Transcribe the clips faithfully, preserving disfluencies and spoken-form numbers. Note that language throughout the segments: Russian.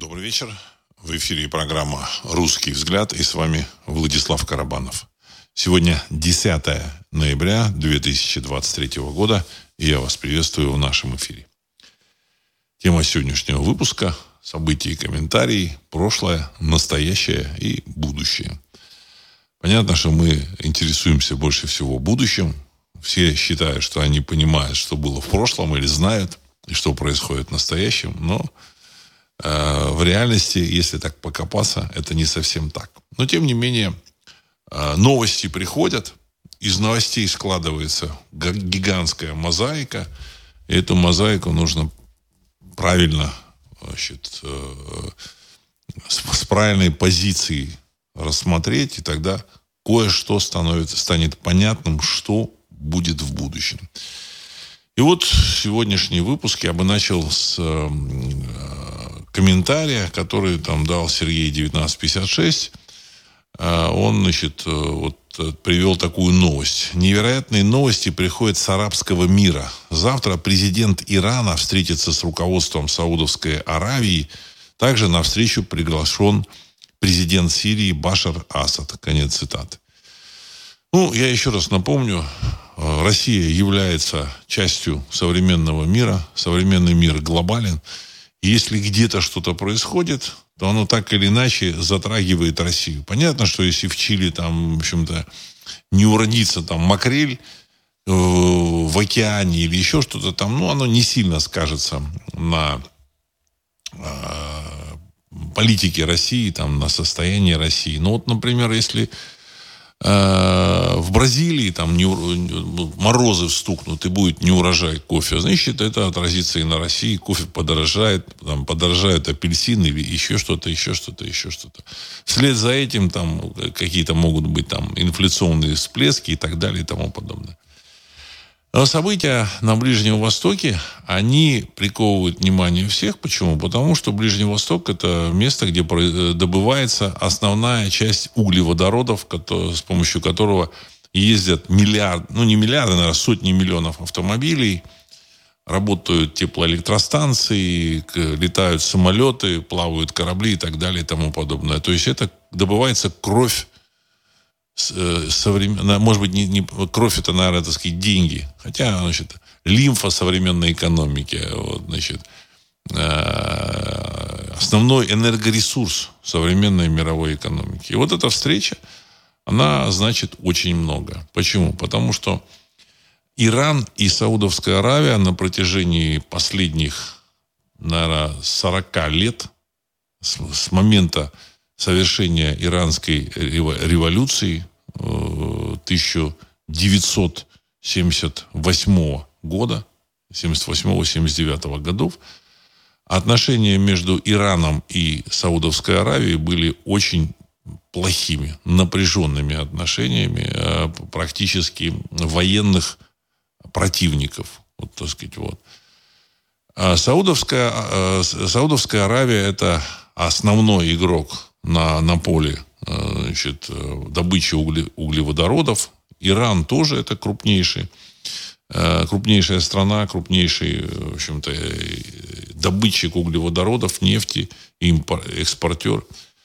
Добрый вечер. В эфире программа «Русский взгляд» и с вами Владислав Карабанов. Сегодня десятое ноября две тысячи двадцать третьего года, и я вас приветствую в нашем эфире. Тема сегодняшнего выпуска – события и комментарии, прошлое, настоящее и будущее. Понятно, что мы интересуемся больше всего будущим. Все считают, что они понимают, что было в прошлом, или знают, и что происходит в настоящем, но э, в реальности, если так покопаться, это не совсем так. Но, тем не менее, э, новости приходят, из новостей складывается гигантская мозаика, и эту мозаику нужно правильно, значит, э, с, с правильной позицией рассмотреть, и тогда кое-что становится, станет понятным, что будет в будущем. И вот сегодняшний выпуск я бы начал с э, комментария, который там дал Сергей девятнадцать пятьдесят шесть. Э, он, значит, э, вот, э, привел такую новость. Невероятные новости приходят с арабского мира. Завтра президент Ирана встретится с руководством Саудовской Аравии. Также на встречу приглашен президент Сирии Башар Асад. Конец цитаты. Ну, я еще раз напомню, Россия является частью современного мира. Современный мир глобален. И если где-то что-то происходит, то оно так или иначе затрагивает Россию. Понятно, что если в Чили там, в общем-то, не уродится там макрель э, в океане или еще что-то там, ну, оно не сильно скажется на э, политике России, там, на состоянии России. Но вот, например, если в Бразилии там не, морозы встукнут и будет неурожай кофе, значит, это отразится и на России. Кофе подорожает, там подорожают апельсины или еще что-то, еще что-то, еще что-то. Вслед за этим там какие-то могут быть там инфляционные всплески и так далее и тому подобное. Но события на Ближнем Востоке, они приковывают внимание всех. Почему? Потому что Ближний Восток – это место, где добывается основная часть углеводородов, с помощью которого ездят миллиарды, ну не миллиарды, наверное, сотни миллионов автомобилей, работают теплоэлектростанции, летают самолеты, плавают корабли и так далее и тому подобное. То есть это добывается кровь. Современ... Может быть, не, не... кровь это, наверное, так сказать, деньги. Хотя, значит, лимфа современной экономики. Вот, значит, э... основной энергоресурс современной мировой экономики. И вот эта встреча, она значит очень много. Почему? Потому что Иран и Саудовская Аравия на протяжении последних, наверное, сорока лет, с, с момента совершения иранской революции тысяча девятьсот семьдесят восьмого года, семьдесят восьмого — семьдесят девятого годов, отношения между Ираном и Саудовской Аравией были очень плохими, напряженными отношениями, практически военных противников. Вот, так сказать, вот. А Саудовская, Саудовская Аравия – это основной игрок на, на поле, значит, добычи угле, углеводородов. Иран тоже это крупнейший, крупнейшая страна, крупнейший, в общем-то, добытчик углеводородов, нефти, экспортер.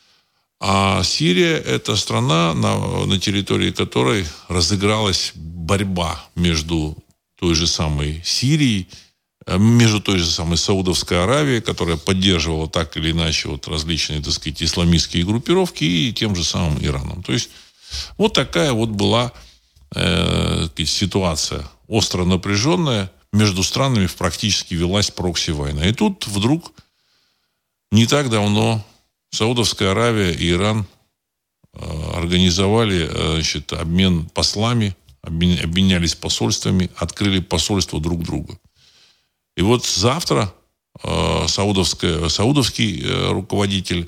А Сирия – это страна, на, на территории которой разыгралась борьба между той же самой Сирией, между той же самой Саудовской Аравией, которая поддерживала так или иначе вот различные, так сказать, исламистские группировки, и тем же самым Ираном. То есть вот такая вот была э, ситуация остро напряженная. Между странами практически велась прокси-война. И тут вдруг не так давно Саудовская Аравия и Иран э, организовали э, значит, обмен послами, обменялись посольствами, открыли посольство друг другу. И вот завтра э, саудовский э, руководитель,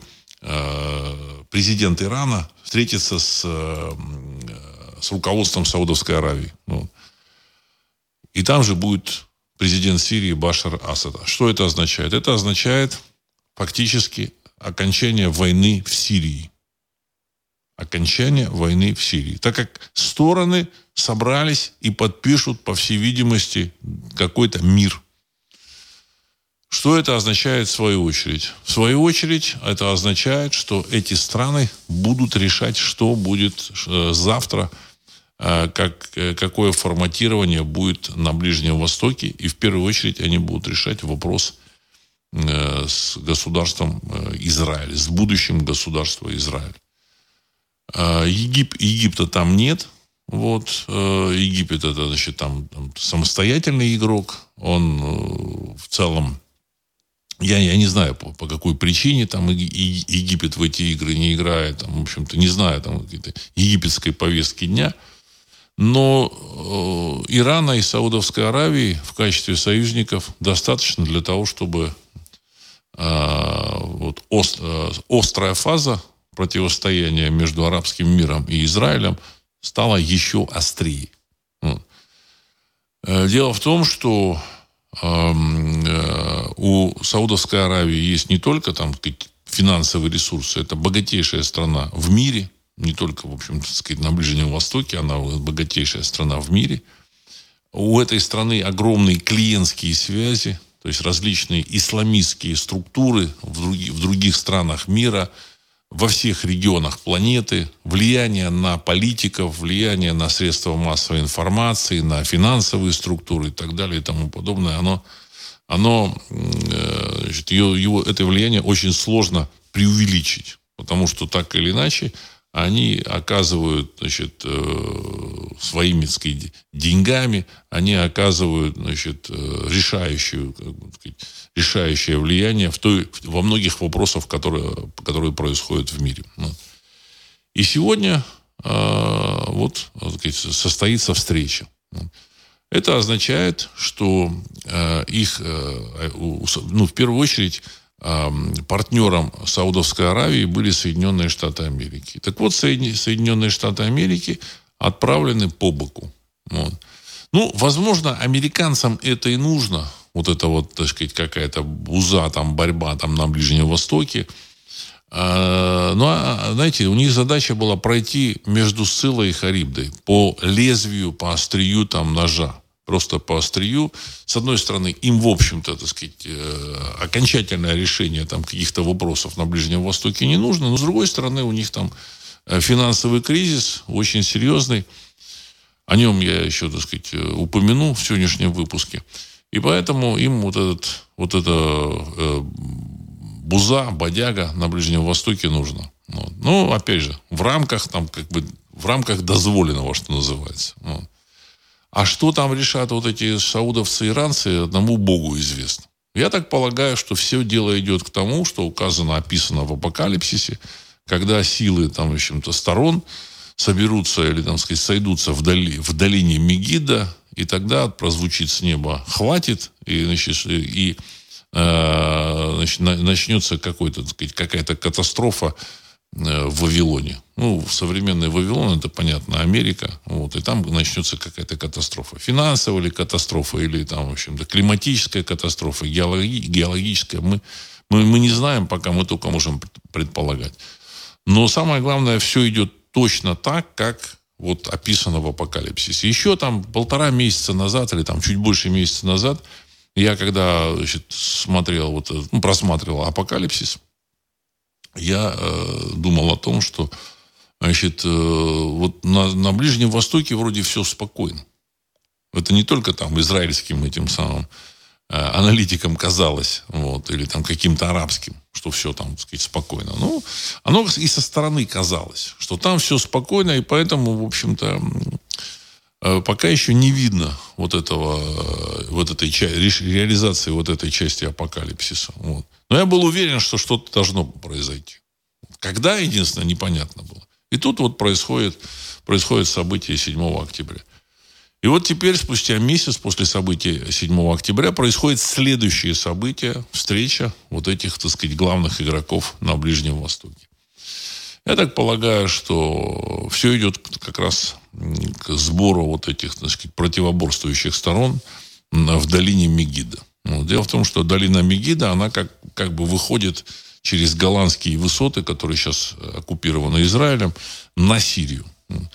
э, президент Ирана, встретится с, э, с руководством Саудовской Аравии. Вот. И там же будет президент Сирии Башар Асад. Что это означает? Это означает фактически окончание войны в Сирии. Окончание войны в Сирии. Так как стороны собрались и подпишут, по всей видимости, какой-то мир. Что это означает в свою очередь? В свою очередь это означает, что эти страны будут решать, что будет завтра, как, какое форматирование будет на Ближнем Востоке. И в первую очередь они будут решать вопрос с государством Израиль, с будущим государства Израиль. Егип, Египта там нет. Вот, Египет это, значит, там, там самостоятельный игрок. Он в целом, я, я не знаю, по, по какой причине там Египет в эти игры не играет. Там, в общем-то, не знаю там какой-то египетской повестки дня. Но э, Ирана и Саудовской Аравии в качестве союзников достаточно для того, чтобы э, вот, ост, э, острая фаза противостояния между арабским миром и Израилем стала еще острее. Вот. Дело в том, что э, э, у Саудовской Аравии есть не только там финансовые ресурсы, это богатейшая страна в мире, не только, в общем-то, так сказать, на Ближнем Востоке, она богатейшая страна в мире. У этой страны огромные клиентские связи, то есть различные исламистские структуры в, други, в других странах мира, во всех регионах планеты, влияние на политиков, влияние на средства массовой информации, на финансовые структуры и так далее и тому подобное, оно, оно значит, его, его, это влияние очень сложно преувеличить, потому что так или иначе они оказывают, значит, своими, так сказать, деньгами, они оказывают, значит, решающую, как бы сказать, решающее влияние в той, во многих вопросах, которые, которые происходят в мире. И сегодня вот, так сказать, состоится встреча. Это означает, что их, ну, в первую очередь, партнером Саудовской Аравии были Соединенные Штаты Америки. Так вот, Соединенные Штаты Америки отправлены по боку. Вот. Ну, возможно, американцам это и нужно. Вот это вот, так сказать, какая-то буза, там, борьба там, на Ближнем Востоке. А, ну, а, знаете, у них задача была пройти между Сциллой и Харибдой по лезвию, по острию там, ножа. Просто по острию. С одной стороны, им, в общем-то, так сказать, окончательное решение там, каких-то вопросов на Ближнем Востоке не нужно. Но, с другой стороны, у них там финансовый кризис очень серьезный. О нем я еще, так сказать, упомяну в сегодняшнем выпуске. И поэтому им вот, этот, вот эта э, буза, бодяга на Ближнем Востоке нужна. Вот. Ну, опять же, в рамках, там, как бы, в рамках дозволенного, что называется. Вот. А что там решат вот эти саудовцы и иранцы, одному Богу известно. Я так полагаю, что все дело идет к тому, что указано, описано в Апокалипсисе, когда силы там, в общем-то, сторон соберутся или, там сказать, сойдутся в, доли, в долине Мегидда, и тогда прозвучит с неба «хватит», и, значит, и э, значит, начнется какой-то, так сказать, какая-то катастрофа в Вавилоне. Ну, современный Вавилон, это, понятно, Америка. Вот, и там начнется какая-то катастрофа. Финансовая или катастрофа, или там, в общем-то, климатическая катастрофа, геологи- геологическая. Мы, мы, мы не знаем, пока мы только можем предполагать. Но самое главное, все идет точно так, как вот описано в Апокалипсисе. Еще там полтора месяца назад, или там чуть больше месяца назад, я когда, значит, смотрел, вот, ну, просматривал Апокалипсис, я э, думал о том, что, значит, э, вот на, на Ближнем Востоке вроде все спокойно. Это не только там израильским этим самым э, аналитикам казалось, вот, или там каким-то арабским, что все там, так сказать, спокойно. Ну, оно и со стороны казалось, что там все спокойно, и поэтому, в общем-то, э, пока еще не видно вот этого, э, вот этой реализации вот этой части Апокалипсиса. Вот. Но я был уверен, что что-то должно произойти. Когда, единственное, непонятно было. И тут вот происходит, происходит событие седьмого октября. И вот теперь, спустя месяц после события седьмого октября, происходит следующее событие, встреча вот этих, так сказать, главных игроков на Ближнем Востоке. Я так полагаю, что все идет как раз к сбору вот этих, так сказать, противоборствующих сторон в долине Мегидда. Ну, дело в том, что долина Мегидда, она как, как бы выходит через голландские высоты, которые сейчас оккупированы Израилем, на Сирию.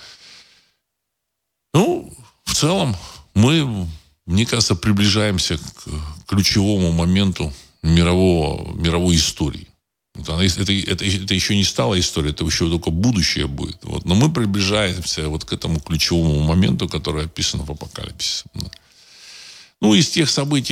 Ну, в целом, мы, мне кажется, приближаемся к ключевому моменту мирового, мировой истории. Это, это, это, это еще не стала история, это еще только будущее будет. Вот. Но мы приближаемся вот к этому ключевому моменту, который описан в Апокалипсисе. Ну, из тех событий,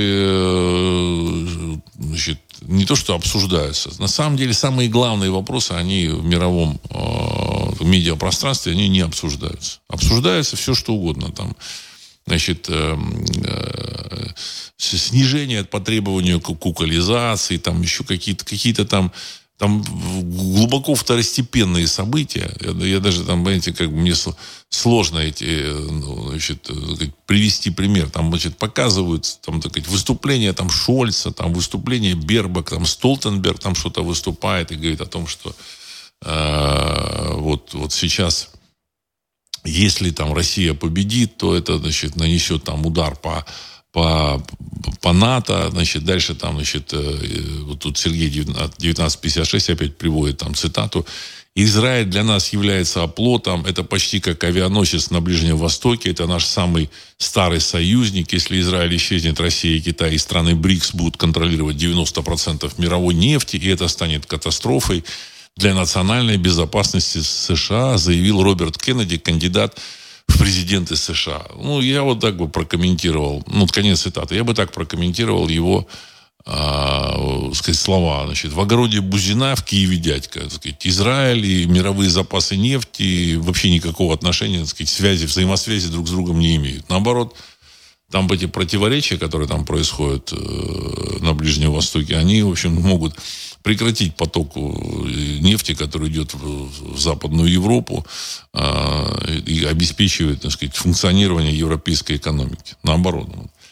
которые, значит, не то что обсуждаются. На самом деле, самые главные вопросы, они в мировом э, медиапространстве, они не обсуждаются. Обсуждается все, что угодно. Там, значит, э, э, снижение по требованию к куколизации, там еще какие-то, какие-то там, там глубоко второстепенные события. Я, я даже там, понимаете, как бы мне сложно эти, ну, значит, привести пример. Там, значит, показывают там, так сказать, выступление там Шольца, там выступление Бербак, там Столтенберг там что-то выступает и говорит о том, что э, вот, вот сейчас, если там Россия победит, то это, значит, нанесет там удар по По, по НАТО, значит, дальше там, значит, вот тут Сергей девятнадцать пятьдесят шесть опять приводит там цитату. Израиль для нас является оплотом, это почти как авианосец на Ближнем Востоке, это наш самый старый союзник. Если Израиль исчезнет, Россия, Китай и страны БРИКС будут контролировать девяносто процентов мировой нефти, и это станет катастрофой для национальной безопасности США, заявил Роберт Кеннеди, кандидат в президенты США. Ну, я вот так бы прокомментировал, ну, конец цитаты, я бы так прокомментировал его, э, сказать, слова. Значит, в огороде Бузина, в Киеве дядька. Так сказать, Израиль и мировые запасы нефти вообще никакого отношения, так сказать, связи, взаимосвязи друг с другом не имеют. Наоборот, там эти противоречия, которые там происходят э, на Ближнем Востоке, они, в общем, могут прекратить поток нефти, который идет в, в Западную Европу э, и обеспечивает, так сказать, функционирование европейской экономики. Наоборот.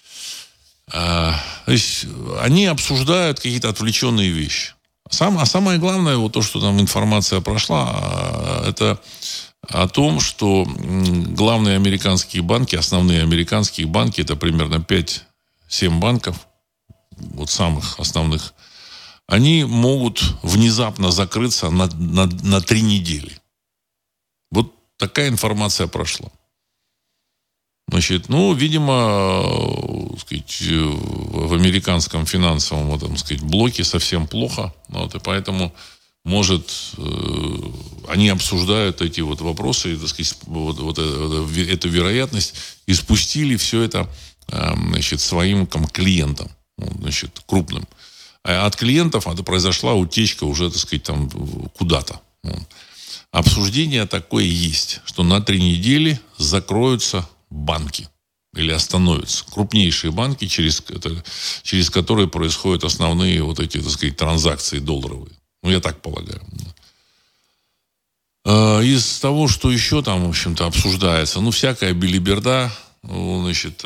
Э, то есть они обсуждают какие-то отвлеченные вещи. Сам, а самое главное, вот то, что там информация прошла, это о том, что главные американские банки, основные американские банки, это примерно пять-семь банков, вот самых основных, они могут внезапно закрыться на, на, на три недели. Вот такая информация прошла. Значит, ну, видимо, сказать, в американском финансовом, так сказать, блоке совсем плохо. Вот, и поэтому, может, они обсуждают эти вот вопросы, так сказать, вот, вот эту вероятность, и спустили все это, значит, своим там, клиентам, значит, крупным. А от клиентов это произошла утечка уже, так сказать, там куда-то. Обсуждение такое есть, что на три недели закроются банки или остановятся. Крупнейшие банки, через, это, через которые происходят основные вот эти, так сказать, транзакции долларовые. Ну, я так полагаю. Из того, что еще там, в общем-то, обсуждается, ну, всякая белиберда, значит,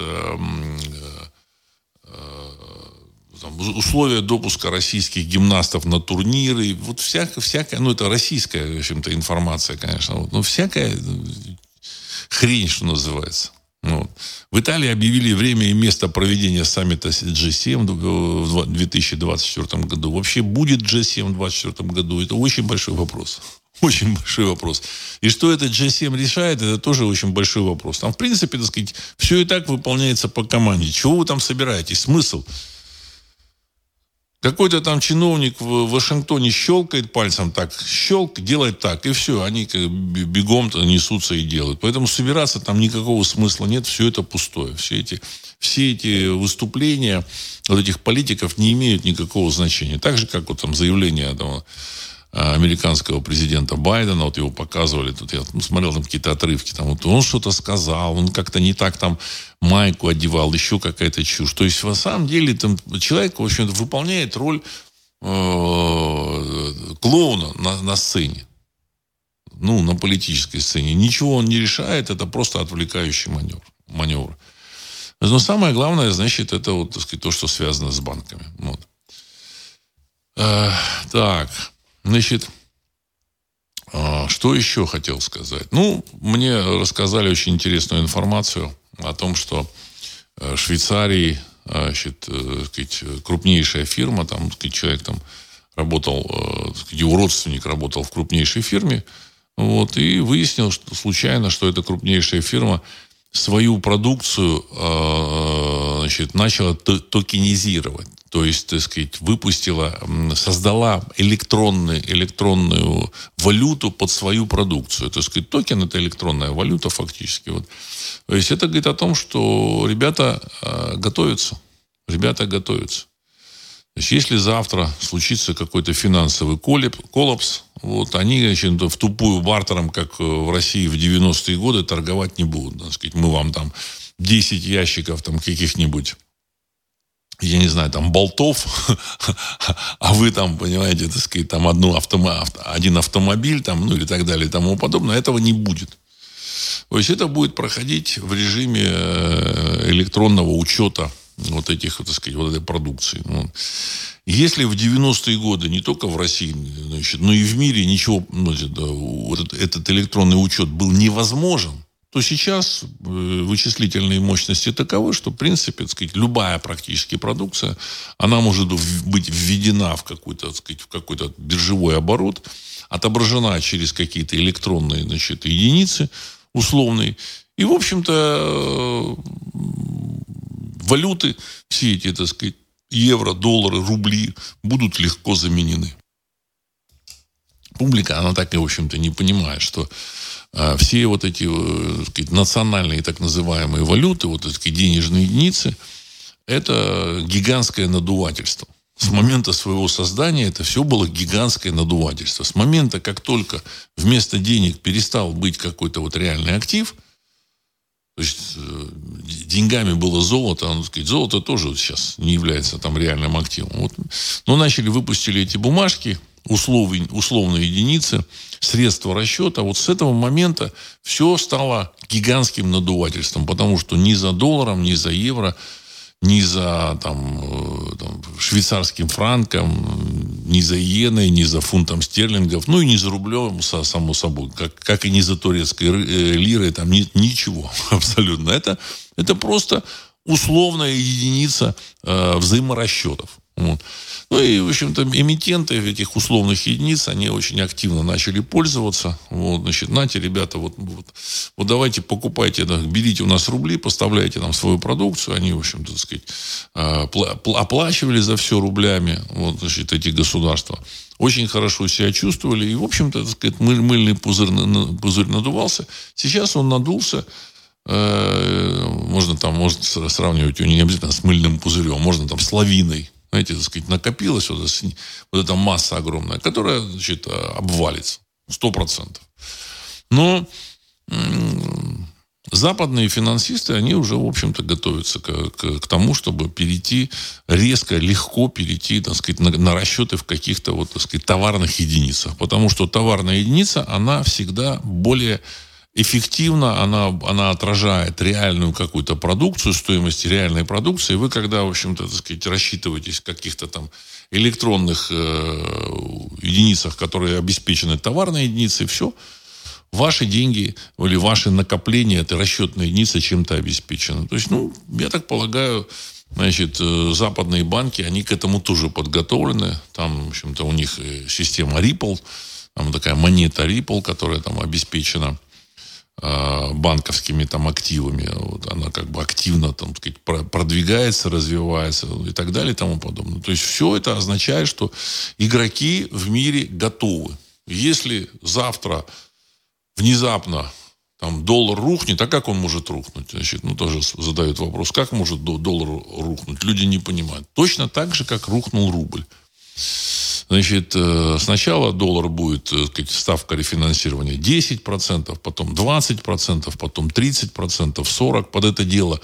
там, условия допуска российских гимнастов на турниры, вот всякая, всякая, ну, это российская, в общем-то, информация, конечно, вот, но всякая хрень, что называется. Вот. В Италии объявили время и место проведения саммита джи семь в две тысячи двадцать четвёртом году. Вообще будет джи семь в две тысячи двадцать четвёртом году? Это очень большой вопрос. Очень большой вопрос. И что этот джи семь решает, это тоже очень большой вопрос. Там, в принципе, так сказать, все и так выполняется по команде. Чего вы там собираетесь? Смысл? Какой-то там чиновник в Вашингтоне щелкает пальцем так, щелк, делает так, и все. Они как бегом-то несутся и делают. Поэтому собираться там никакого смысла нет, все это пустое. Все эти, все эти выступления вот этих политиков не имеют никакого значения. Так же, как вот там заявление там, американского президента Байдена, вот его показывали, тут я ну, смотрел там какие-то отрывки, там вот он что-то сказал, он как-то не так там майку одевал, еще какая-то чушь. То есть, на самом деле, там человек, в общем-то, выполняет роль э, клоуна на, на сцене. Ну, на политической сцене. Ничего он не решает, это просто отвлекающий маневр. маневр. Но самое главное, значит, это вот, так сказать, то, что связано с банками. Вот. Э, так... Значит, что еще хотел сказать? Ну, мне рассказали очень интересную информацию о том, что в Швейцарии, значит, сказать, крупнейшая фирма, там, сказать, человек там работал, сказать, его родственник работал в крупнейшей фирме, вот, и выяснил, что случайно, что эта крупнейшая фирма свою продукцию, значит, начала токенизировать. То есть, так сказать, выпустила, создала электронную, электронную валюту под свою продукцию. Так сказать, токен – это электронная валюта фактически. Вот. То есть, это говорит о том, что ребята э, готовятся. Ребята готовятся. То есть, если завтра случится какой-то финансовый коллапс, вот, они, значит, в тупую бартером, как в России в девяностые годы, торговать не будут. Так сказать, мы вам там десять ящиков там, каких-нибудь, я не знаю, там, болтов, а вы там, понимаете, так сказать, там, одну автомо- один автомобиль, там, ну, или так далее, и тому подобное, этого не будет. То есть, это будет проходить в режиме электронного учета вот этих, так сказать, вот этой продукции. Если в девяностые годы не только в России, значит, но и в мире ничего, значит, вот этот, этот электронный учет был невозможен, то сейчас вычислительные мощности таковы, что, в принципе, так сказать, любая практически продукция, она может быть введена в какой-то, так сказать, в какой-то биржевой оборот, отображена через какие-то электронные, значит, единицы условные. И, в общем-то, валюты, все эти, так сказать, евро, доллары, рубли будут легко заменены. Публика, она так и, в общем-то, не понимает, что э, все вот эти, э, так сказать, национальные так называемые валюты, вот эти денежные единицы, это гигантское надувательство. С момента своего создания это все было гигантское надувательство. С момента, как только вместо денег перестал быть какой-то вот реальный актив, то есть э, деньгами было золото, а, ну, сказать, золото тоже вот сейчас не является там реальным активом. Вот. Но начали, выпустили эти бумажки, условные, условные единицы, средства расчета. Вот с этого момента все стало гигантским надувательством, потому что ни за долларом, ни за евро, ни за там, там, швейцарским франком, ни за иеной, ни за фунтом стерлингов, ну и ни за рублем, само собой, как, как и не за турецкой лирой, там нет ничего абсолютно. Это, это просто условная единица э, взаиморасчетов. Вот. Ну и, в общем-то, эмитенты этих условных единиц, они очень активно начали пользоваться. Вот, значит, нате, ребята, вот, вот, вот давайте покупайте, да, берите у нас рубли, поставляйте нам свою продукцию. Они, в общем-то, так сказать, оплачивали за все рублями, вот, значит, эти государства. Очень хорошо себя чувствовали. И, в общем-то, так сказать, мыль, мыльный пузырь, пузырь надувался. Сейчас он надулся. Можно там, можно сравнивать его не обязательно с мыльным пузырем, можно там с лавиной. Знаете, так сказать, накопилась вот, вот эта масса огромная, которая, значит, обвалится. Сто процентов. Но м- западные финансисты, они уже, в общем-то, готовятся к, к, к тому, чтобы перейти, резко, легко перейти, так сказать, на, на расчеты в каких-то, вот, так сказать, товарных единицах. Потому что товарная единица, она всегда более эффективно, она, она отражает реальную какую-то продукцию, стоимость реальной продукции. Вы, когда, в общем-то, так сказать, рассчитываетесь в каких-то там электронных э, единицах, которые обеспечены товарной единицей, все, ваши деньги или ваши накопления, это расчетная единица чем-то обеспечены. То есть, ну, я так полагаю, значит, западные банки, они к этому тоже подготовлены. Там, в общем-то, у них система Ripple, там такая монета Ripple, которая там обеспечена банковскими там активами, вот, она как бы активно там, так сказать, продвигается, развивается и так далее и тому подобное. То есть все это означает, что игроки в мире готовы. Если завтра внезапно там доллар рухнет, а как он может рухнуть? Значит, ну, тоже задают вопрос, как может доллар рухнуть? Люди не понимают. Точно так же, как рухнул рубль. Значит, сначала доллар будет, так сказать, ставка рефинансирования десять процентов, потом двадцать процентов, потом тридцать процентов, сорок процентов. Под это дело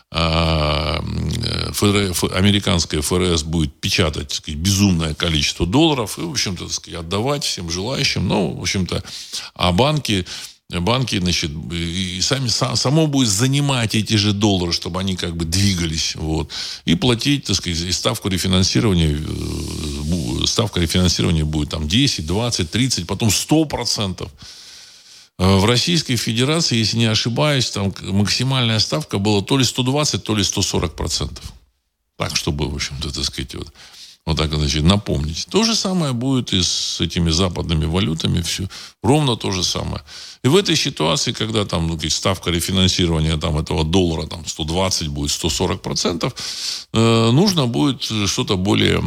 американская эф эр эс будет печатать, так сказать, безумное количество долларов и, в общем-то, так сказать, отдавать всем желающим. Ну, в общем-то, а банки... Банки, значит, и сами, само будет занимать эти же доллары, чтобы они как бы двигались, вот, и платить, так сказать, и ставку рефинансирования, ставка рефинансирования будет там десять, двадцать, тридцать, потом сто процентов. В Российской Федерации, если не ошибаюсь, там максимальная ставка была то ли сто двадцать, то ли сто сорок процентов. Так, чтобы, в общем-то, так сказать, вот, Вот так, значит, напомнить. То же самое будет и с этими западными валютами. Все. Ровно то же самое. И в этой ситуации, когда там ну, ставка рефинансирования там, этого доллара там, сто двадцать будет, сто сорок процентов, э, нужно будет что-то более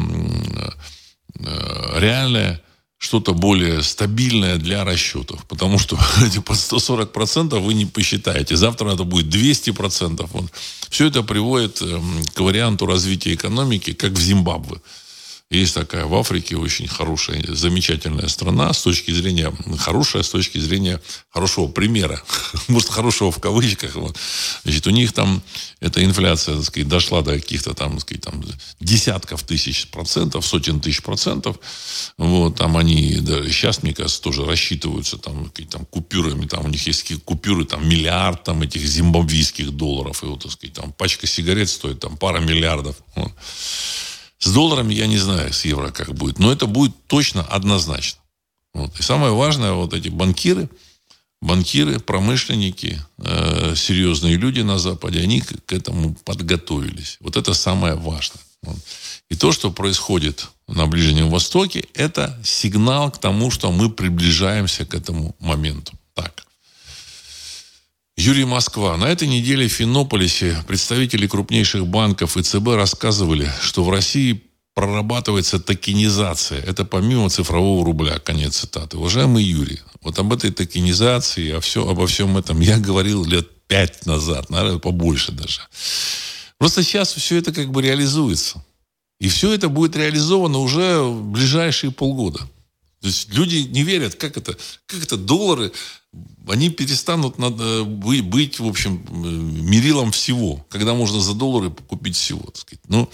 э, реальное, что-то более стабильное для расчетов. Потому что эти под сто сорок процентов вы не посчитаете. Завтра это будет двести процентов. Вот. Все это приводит э, к варианту развития экономики, как в Зимбабве. Есть такая в Африке очень хорошая, замечательная страна с точки зрения, хорошая с точки зрения хорошего примера. Может, хорошего в кавычках. Вот. Значит, у них там эта инфляция, так сказать, дошла до каких-то там, так сказать, там, десятков тысяч процентов, сотен тысяч процентов. Вот, там они, да, сейчас, мне кажется, тоже рассчитываются там, там, купюрами. Там у них есть купюры, там, миллиард там, этих зимбабвийских долларов. И вот, так сказать, там, пачка сигарет стоит там, пара миллиардов. Вот. С долларами я не знаю, с евро как будет. Но это будет точно однозначно. Вот. И самое важное, вот эти банкиры, банкиры, промышленники, э, серьезные люди на Западе, они к, к этому подготовились. Вот это самое важное. Вот. И то, что происходит на Ближнем Востоке, это сигнал к тому, что мы приближаемся к этому моменту. Так. Юрий Москва. На этой неделе в Финнополисе представители крупнейших банков и ЦБ рассказывали, что в России прорабатывается токенизация. Это помимо цифрового рубля. Конец цитаты. Уважаемый Юрий, вот об этой токенизации, о все, обо всем этом я говорил лет пять назад, наверное, побольше даже. Просто сейчас все это как бы реализуется. И все это будет реализовано уже в ближайшие полгода. То есть люди не верят, как это, как это доллары, они перестанут надо быть, в общем, мерилом всего, когда можно за доллары купить всего. Так сказать. Ну,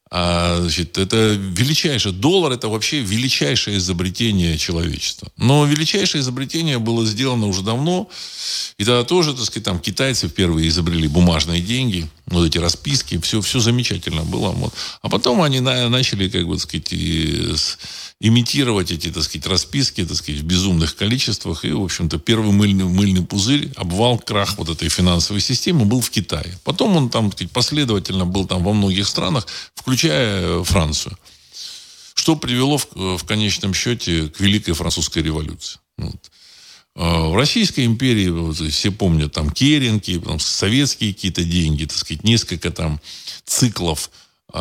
а, значит, это величайшее, доллар это вообще величайшее изобретение человечества. Но величайшее изобретение было сделано уже давно, и тогда тоже, так сказать, там китайцы впервые изобрели бумажные деньги, вот эти расписки, все, все замечательно было. Вот. А потом они на, начали, как бы, так сказать, и, с, имитировать эти, так сказать, расписки, так сказать, в безумных количествах. И, в общем-то, первый мыльный, мыльный пузырь, обвал, крах вот этой финансовой системы был в Китае. Потом он там, так сказать, последовательно был там во многих странах, включая Францию. Что привело в, в конечном счете к Великой Французской революции. Вот. В Российской империи, вот, все помнят, там керенки, там, советские какие-то деньги, так сказать, несколько там циклов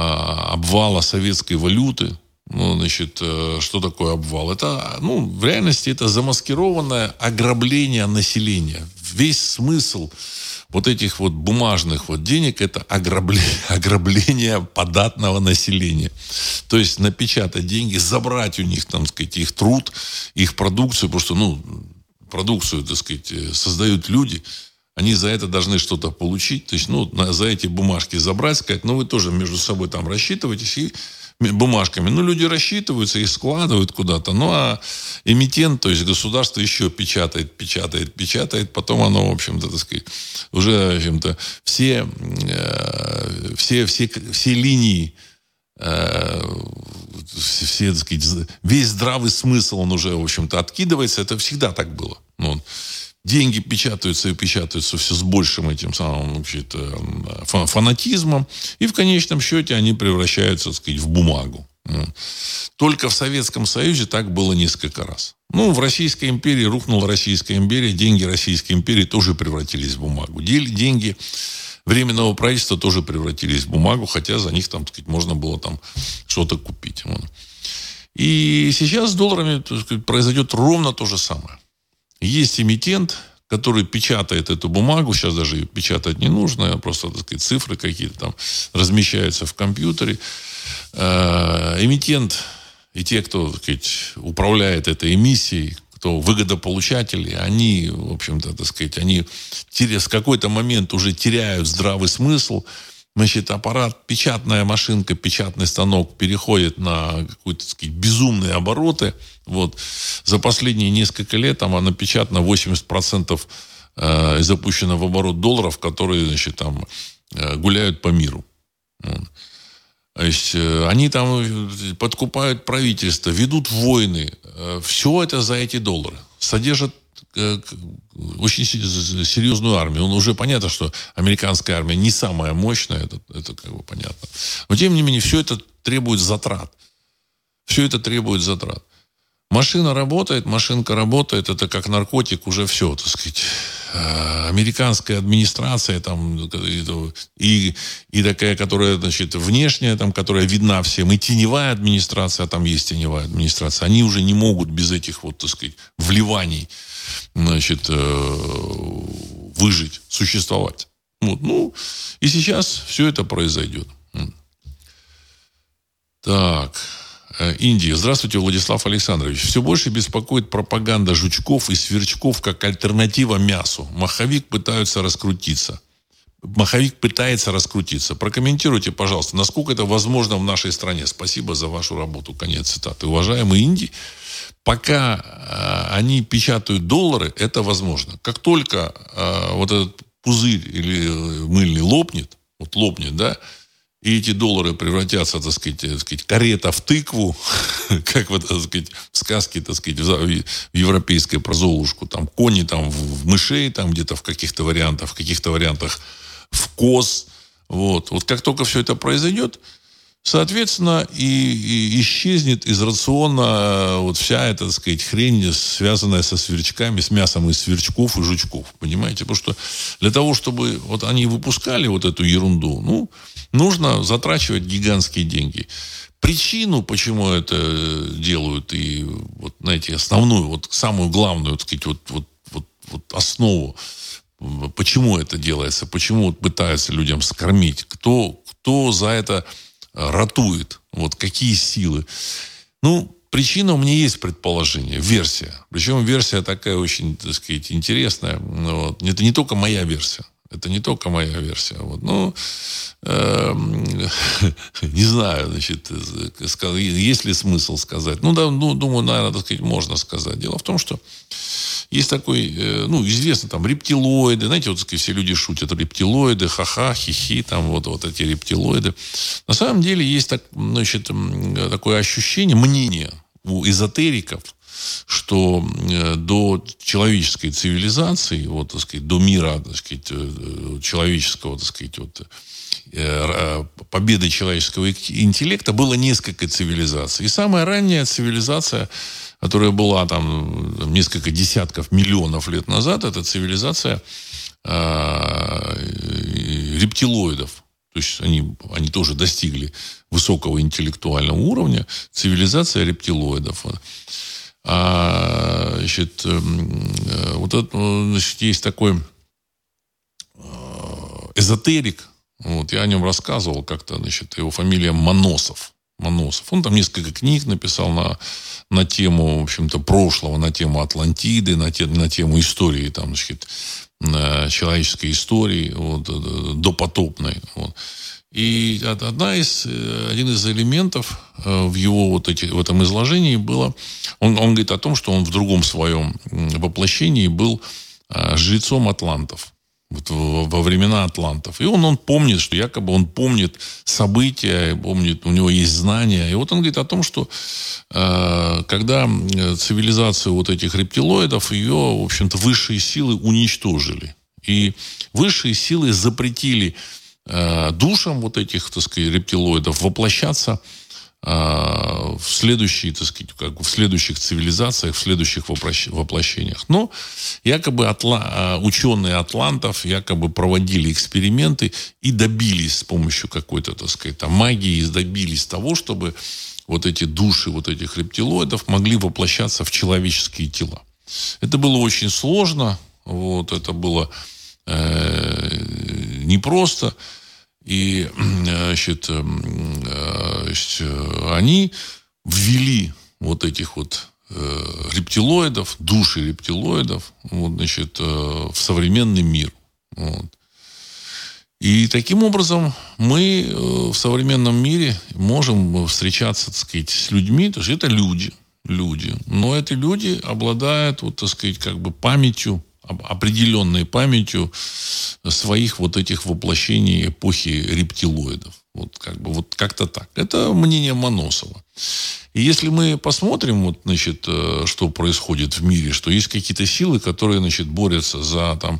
а, обвала советской валюты. Ну, значит, что такое обвал? Это, ну, в реальности это замаскированное ограбление населения. Весь смысл вот этих вот бумажных вот денег это ограбление, ограбление податного населения. То есть напечатать деньги, забрать у них, там, сказать, их труд, их продукцию, потому что, ну, продукцию, так сказать, создают люди, они за это должны что-то получить. То есть, ну, за эти бумажки забрать, сказать, ну, вы тоже между собой там рассчитываетесь и бумажками. Ну, люди рассчитываются, их складывают куда-то. Ну, а эмитент, то есть государство еще печатает, печатает, печатает. Потом оно, в общем-то, так сказать, уже, в общем-то, все, э, все, все, все линии, э, все, так сказать, весь здравый смысл, он уже, в общем-то, откидывается. Это всегда так было. Ну, деньги печатаются и печатаются все с большим этим самым, вообще-то, фанатизмом. И в конечном счете они превращаются, так сказать, в бумагу. Только в Советском Союзе так было несколько раз. Ну, в Российской империи рухнула Российская империя, деньги Российской империи тоже превратились в бумагу. Деньги Временного правительства тоже превратились в бумагу, хотя за них, там, так сказать, можно было там что-то купить. И сейчас с долларами, так сказать, произойдет ровно то же самое. Есть эмитент, который печатает эту бумагу. Сейчас даже ее печатать не нужно. Просто, так сказать, цифры какие-то там размещаются в компьютере. Эмитент и те, кто, так сказать, управляет этой эмиссией, кто выгодополучатели, они, в общем-то, так сказать, они в какой-то момент уже теряют здравый смысл. Значит, аппарат, печатная машинка, печатный станок переходит на какие-то, так сказать, безумные обороты. Вот. За последние несколько лет там напечатано восемьдесят процентов э, запущено в оборот долларов, которые, значит, там э, гуляют по миру. Вот. То есть э, они там подкупают правительство, ведут войны. Э, все это за эти доллары. Содержат э, очень серьезную армию. Ну, уже понятно, что американская армия не самая мощная, это, это как бы понятно. Но, тем не менее, все это требует затрат. Все это требует затрат. Машина работает, машинка работает, это как наркотик, уже все, так сказать. Американская администрация там, и, и такая, которая, значит, внешняя, там, которая видна всем, и теневая администрация, а там есть теневая администрация, они уже не могут без этих, вот, так сказать, вливаний, значит, выжить, существовать. Вот, ну, и сейчас все это произойдет. Так... Индия. Здравствуйте, Владислав Александрович. Все больше беспокоит пропаганда жучков и сверчков как альтернатива мясу. Маховик пытаются раскрутиться. Маховик пытается раскрутиться. Прокомментируйте, пожалуйста, насколько это возможно в нашей стране. Спасибо за вашу работу. Конец цитаты. Уважаемые Индии, пока э, они печатают доллары, это возможно. Как только э, вот этот пузырь или мыльный лопнет, вот лопнет, да, и эти доллары превратятся, так сказать, так сказать, карета в тыкву, как вот, так сказать, в сказке, так сказать, в европейской про Золушку, там кони там в мышей, там где-то в каких-то вариантах, в каких-то вариантах в коз. Вот. Вот как только все это произойдет, соответственно, и, и исчезнет из рациона вот вся эта, так сказать, хрень, связанная со сверчками, с мясом из сверчков и жучков. Понимаете? Потому что для того, чтобы вот они выпускали вот эту ерунду, ну, нужно затрачивать гигантские деньги. Причину, почему это делают, и вот, знаете, основную, вот самую главную, так сказать, вот, вот, вот, вот основу, почему это делается, почему вот пытаются людям скормить, кто, кто за это ратует, вот какие силы. Ну, причина у меня есть предположение, версия. Причем версия такая очень, так сказать, интересная. Вот. Это не только моя версия. Это не только моя версия. Вот. Ну, э, не знаю, значит, есть ли смысл сказать. Ну, да, ну, думаю, наверное, так сказать, можно сказать. Дело в том, что есть такой, э, ну, известно, там, рептилоиды. Знаете, вот, так сказать, все люди шутят, рептилоиды, ха-ха, хи-хи, там, вот, вот эти рептилоиды. На самом деле есть так, значит, такое ощущение, мнение у эзотериков, что до человеческой цивилизации, вот, так сказать, до мира, так сказать, человеческого, так сказать, вот, победы человеческого интеллекта было несколько цивилизаций. И самая ранняя цивилизация, которая была там несколько десятков миллионов лет назад, это цивилизация э, рептилоидов. То есть они, они тоже достигли высокого интеллектуального уровня. Цивилизация рептилоидов. А, значит, вот это, значит, есть такой эзотерик, вот, я о нем рассказывал как-то, значит, его фамилия Моносов. Моносов. Он там несколько книг написал на, на тему, в общем-то, прошлого, на тему Атлантиды, на, те, на тему истории, там, значит, человеческой истории, вот, допотопной. Вот. И одна из, один из элементов в его вот эти, в этом изложении было, он, он говорит о том, что он в другом своем воплощении был жрецом атлантов. Вот во времена атлантов. И он, он помнит, что якобы он помнит события, помнит, у него есть знания. И вот он говорит о том, что э, когда цивилизацию вот этих рептилоидов, ее, в общем-то, высшие силы уничтожили. И высшие силы запретили э, душам вот этих, так сказать, рептилоидов воплощаться в следующие, так сказать, как бы в следующих цивилизациях, в следующих воплощениях. Но якобы атла... ученые атлантов якобы проводили эксперименты и добились с помощью какой-то, так сказать, там, магии, добились того, чтобы вот эти души вот этих рептилоидов могли воплощаться в человеческие тела. Это было очень сложно, вот, это было э, непросто. И, значит, они ввели вот этих вот рептилоидов, души рептилоидов, вот, значит, в современный мир. Вот. И таким образом мы в современном мире можем встречаться, так сказать, с людьми, то есть это люди, люди. Но эти люди обладают, вот, так сказать, как бы памятью, определенной памятью своих вот этих воплощений эпохи рептилоидов. Вот как бы вот как-то так. Это мнение Моносова. И если мы посмотрим, вот, значит, что происходит в мире, что есть какие-то силы, которые, значит, борются за там,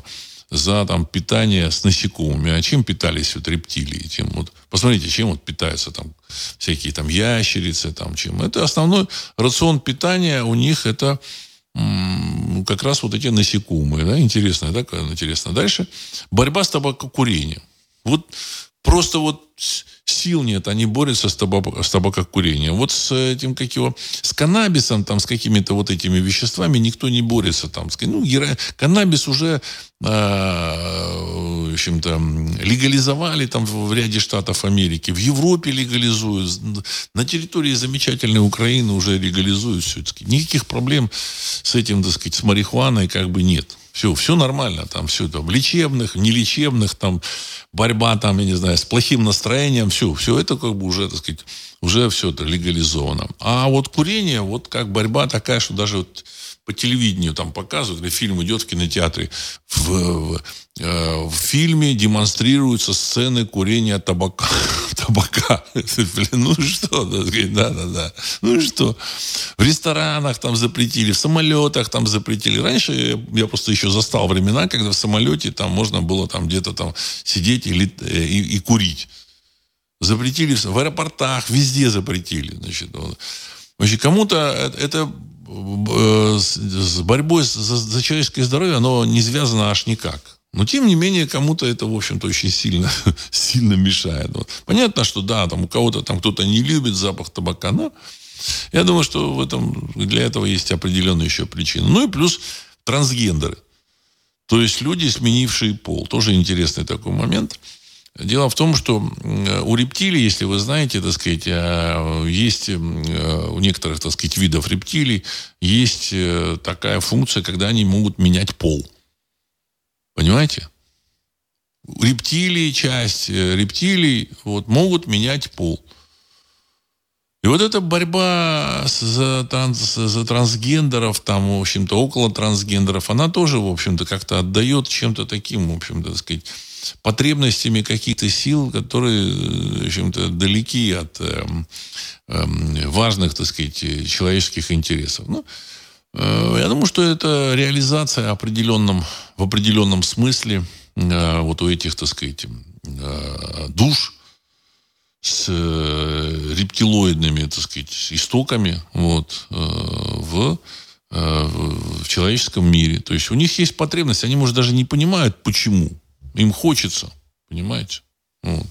за там, питание с насекомыми. А чем питались вот рептилии? Тем, вот, посмотрите, чем вот питаются там, всякие там ящерицы. Там, чем. Это основной рацион питания у них это м- как раз вот эти насекомые. Да? Интересно, да? Интересно. Дальше борьба с табакокурением. Вот просто вот сил нет, они борются с, табак, с табакокурением. Вот с этим, как его, с каннабисом, там, с какими-то вот этими веществами никто не борется. Там. Ну, геро... Каннабис уже, э, в общем-то, легализовали там в ряде штатов Америки. В Европе легализуют. На территории замечательной Украины уже легализуют все. Никаких проблем с этим, так сказать, с марихуаной как бы нет. Все, все нормально, там все там лечебных, нелечебных, там борьба там, я не знаю, с плохим настроением, все, все это как бы уже, так сказать, уже все это легализовано. А вот курение, вот как борьба такая, что даже вот по телевидению там показывают, или фильм идет в кинотеатре, в, в, э, в фильме демонстрируются сцены курения табака. табака. Ну что, да, да, да. Ну что, в ресторанах там запретили, в самолетах там запретили. Раньше я просто еще застал времена, когда в самолете там можно было там где-то там сидеть и, и, и курить. Запретили в аэропортах, везде запретили. Значит, вот. Значит, кому-то это с борьбой за, за человеческое здоровье, оно не связано аж никак. Но, тем не менее, кому-то это, в общем-то, очень сильно, сильно мешает. Вот. Понятно, что да, там у кого-то там кто-то не любит запах табака, но я думаю, что в этом, для этого есть определенные еще причины. Ну и плюс трансгендеры. То есть люди, сменившие пол. Тоже интересный такой момент. Дело в том, что у рептилий, если вы знаете, так сказать, есть у некоторых, так сказать, видов рептилий есть такая функция, когда они могут менять пол. Понимаете? Рептилии, часть рептилий вот, могут менять пол. И вот эта борьба за, транс, за трансгендеров, там, в общем-то, около трансгендеров, она тоже, в общем-то, как-то отдает чем-то таким, в общем-то, так сказать, потребностями каких-то сил, которые, в общем-то, далеки от э, э, важных, так сказать, человеческих интересов. Ну, э, я думаю, что это реализация определенном, в определенном смысле э, вот у этих, так сказать, э, душ с э, рептилоидными, так сказать, истоками вот, э, в, э, в человеческом мире. То есть у них есть потребность, они, может, даже не понимают, почему. Им хочется, понимаете? Вот.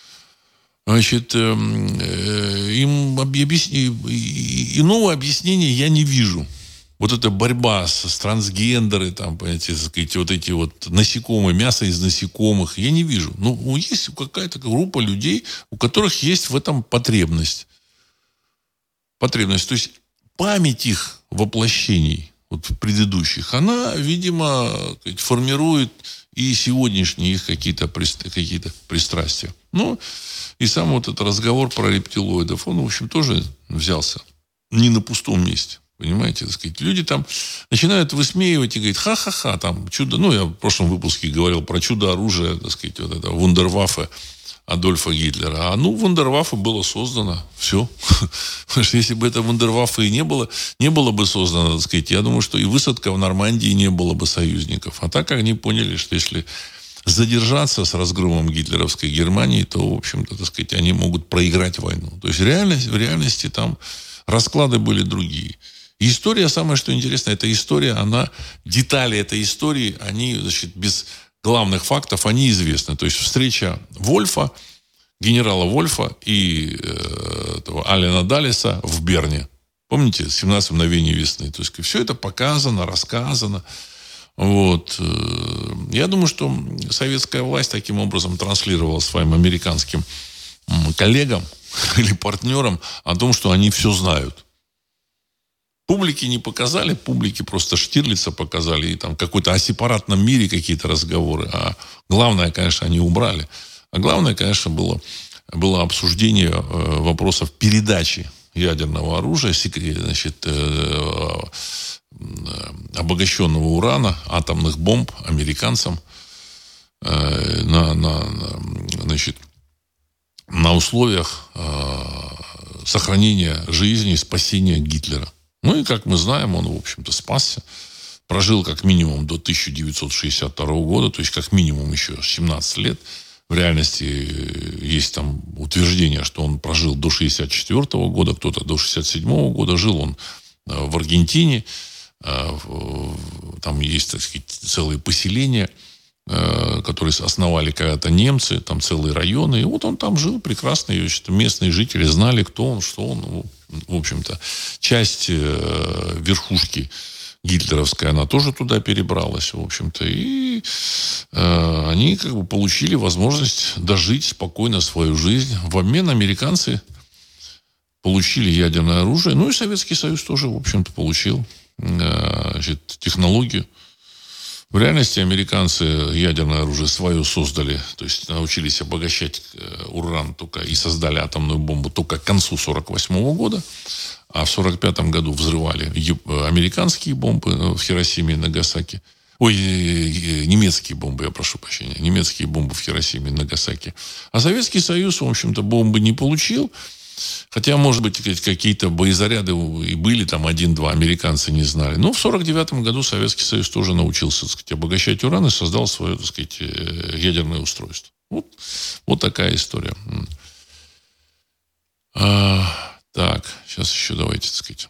Значит, э, э, им объясни... иного объяснения я не вижу. Вот эта борьба с, с трансгендеры, там, понимаете, так сказать, вот эти вот насекомые, мясо из насекомых, я не вижу. Ну, есть какая-то группа людей, у которых есть в этом потребность. Потребность. То есть память их воплощений, вот предыдущих, она, видимо, формирует и сегодняшние их какие-то, какие-то пристрастия. Ну, и сам вот этот разговор про рептилоидов, он, в общем, тоже взялся не на пустом месте. Понимаете, так сказать. Люди там начинают высмеивать и говорить, ха-ха-ха, там чудо. Ну, я в прошлом выпуске говорил про чудо-оружие, так сказать, вот это вундерваффе Адольфа Гитлера. А ну, вундерваффе было создано. Все. Потому что если бы это вундерваффе и не было, не было бы создано, так сказать, я думаю, что и высадка в Нормандии не было бы союзников. А так они поняли, что если задержаться с разгромом гитлеровской Германии, то, в общем-то, так сказать, они могут проиграть войну. То есть в реальности, в реальности там расклады были другие. И история, самое что интересно, эта история, она, детали этой истории, они, значит, без главных фактов, они известны. То есть встреча Вольфа, генерала Вольфа и э, этого Алена Даллеса в Берне. Помните, семнадцать мгновений весны. То есть все это показано, рассказано. Вот. Я думаю, что советская власть таким образом транслировала своим американским коллегам или партнерам о том, что они все знают. Публике не показали, публике просто Штирлица показали, и там какой-то о сепаратном мире какие-то разговоры. А главное, конечно, они убрали. А главное, конечно, было, было обсуждение э, вопросов передачи ядерного оружия, значит, э, э, обогащенного урана, атомных бомб американцам э, на, на, на, значит, на условиях э, сохранения жизни и спасения Гитлера. Ну и, как мы знаем, он, в общем-то, спасся. прожил как минимум до тысяча девятьсот шестьдесят второго года, то есть как минимум еще семнадцать лет. В реальности есть там утверждение, что он прожил до шестьдесят четвёртого года, кто-то до шестьдесят седьмого года. Жил он в Аргентине. Там есть, так сказать, целые поселения, которые основали когда-то немцы, там целые районы. И вот он там жил прекрасно. И местные жители знали, кто он, что он. В общем-то, часть верхушки гитлеровская, она тоже туда перебралась, в общем-то. И э, они как бы получили возможность дожить спокойно свою жизнь. В обмен американцы получили ядерное оружие. Ну и Советский Союз тоже, в общем-то, получил э, значит, технологию. В реальности американцы ядерное оружие свое создали, то есть научились обогащать уран только и создали атомную бомбу только к концу сорок восьмого года, а в сорок пятом году взрывали американские бомбы в Хиросиме и Нагасаки. Ой, немецкие бомбы, я прошу прощения, немецкие бомбы в Хиросиме и Нагасаки. А Советский Союз, в общем-то, бомбы не получил. Хотя, может быть, какие-то боезаряды и были, там один-два, американцы не знали. Но в сорок девятом году Советский Союз тоже научился, так сказать, обогащать уран и создал свое, так сказать, ядерное устройство. Вот, вот такая история. А, так, сейчас еще давайте, так сказать.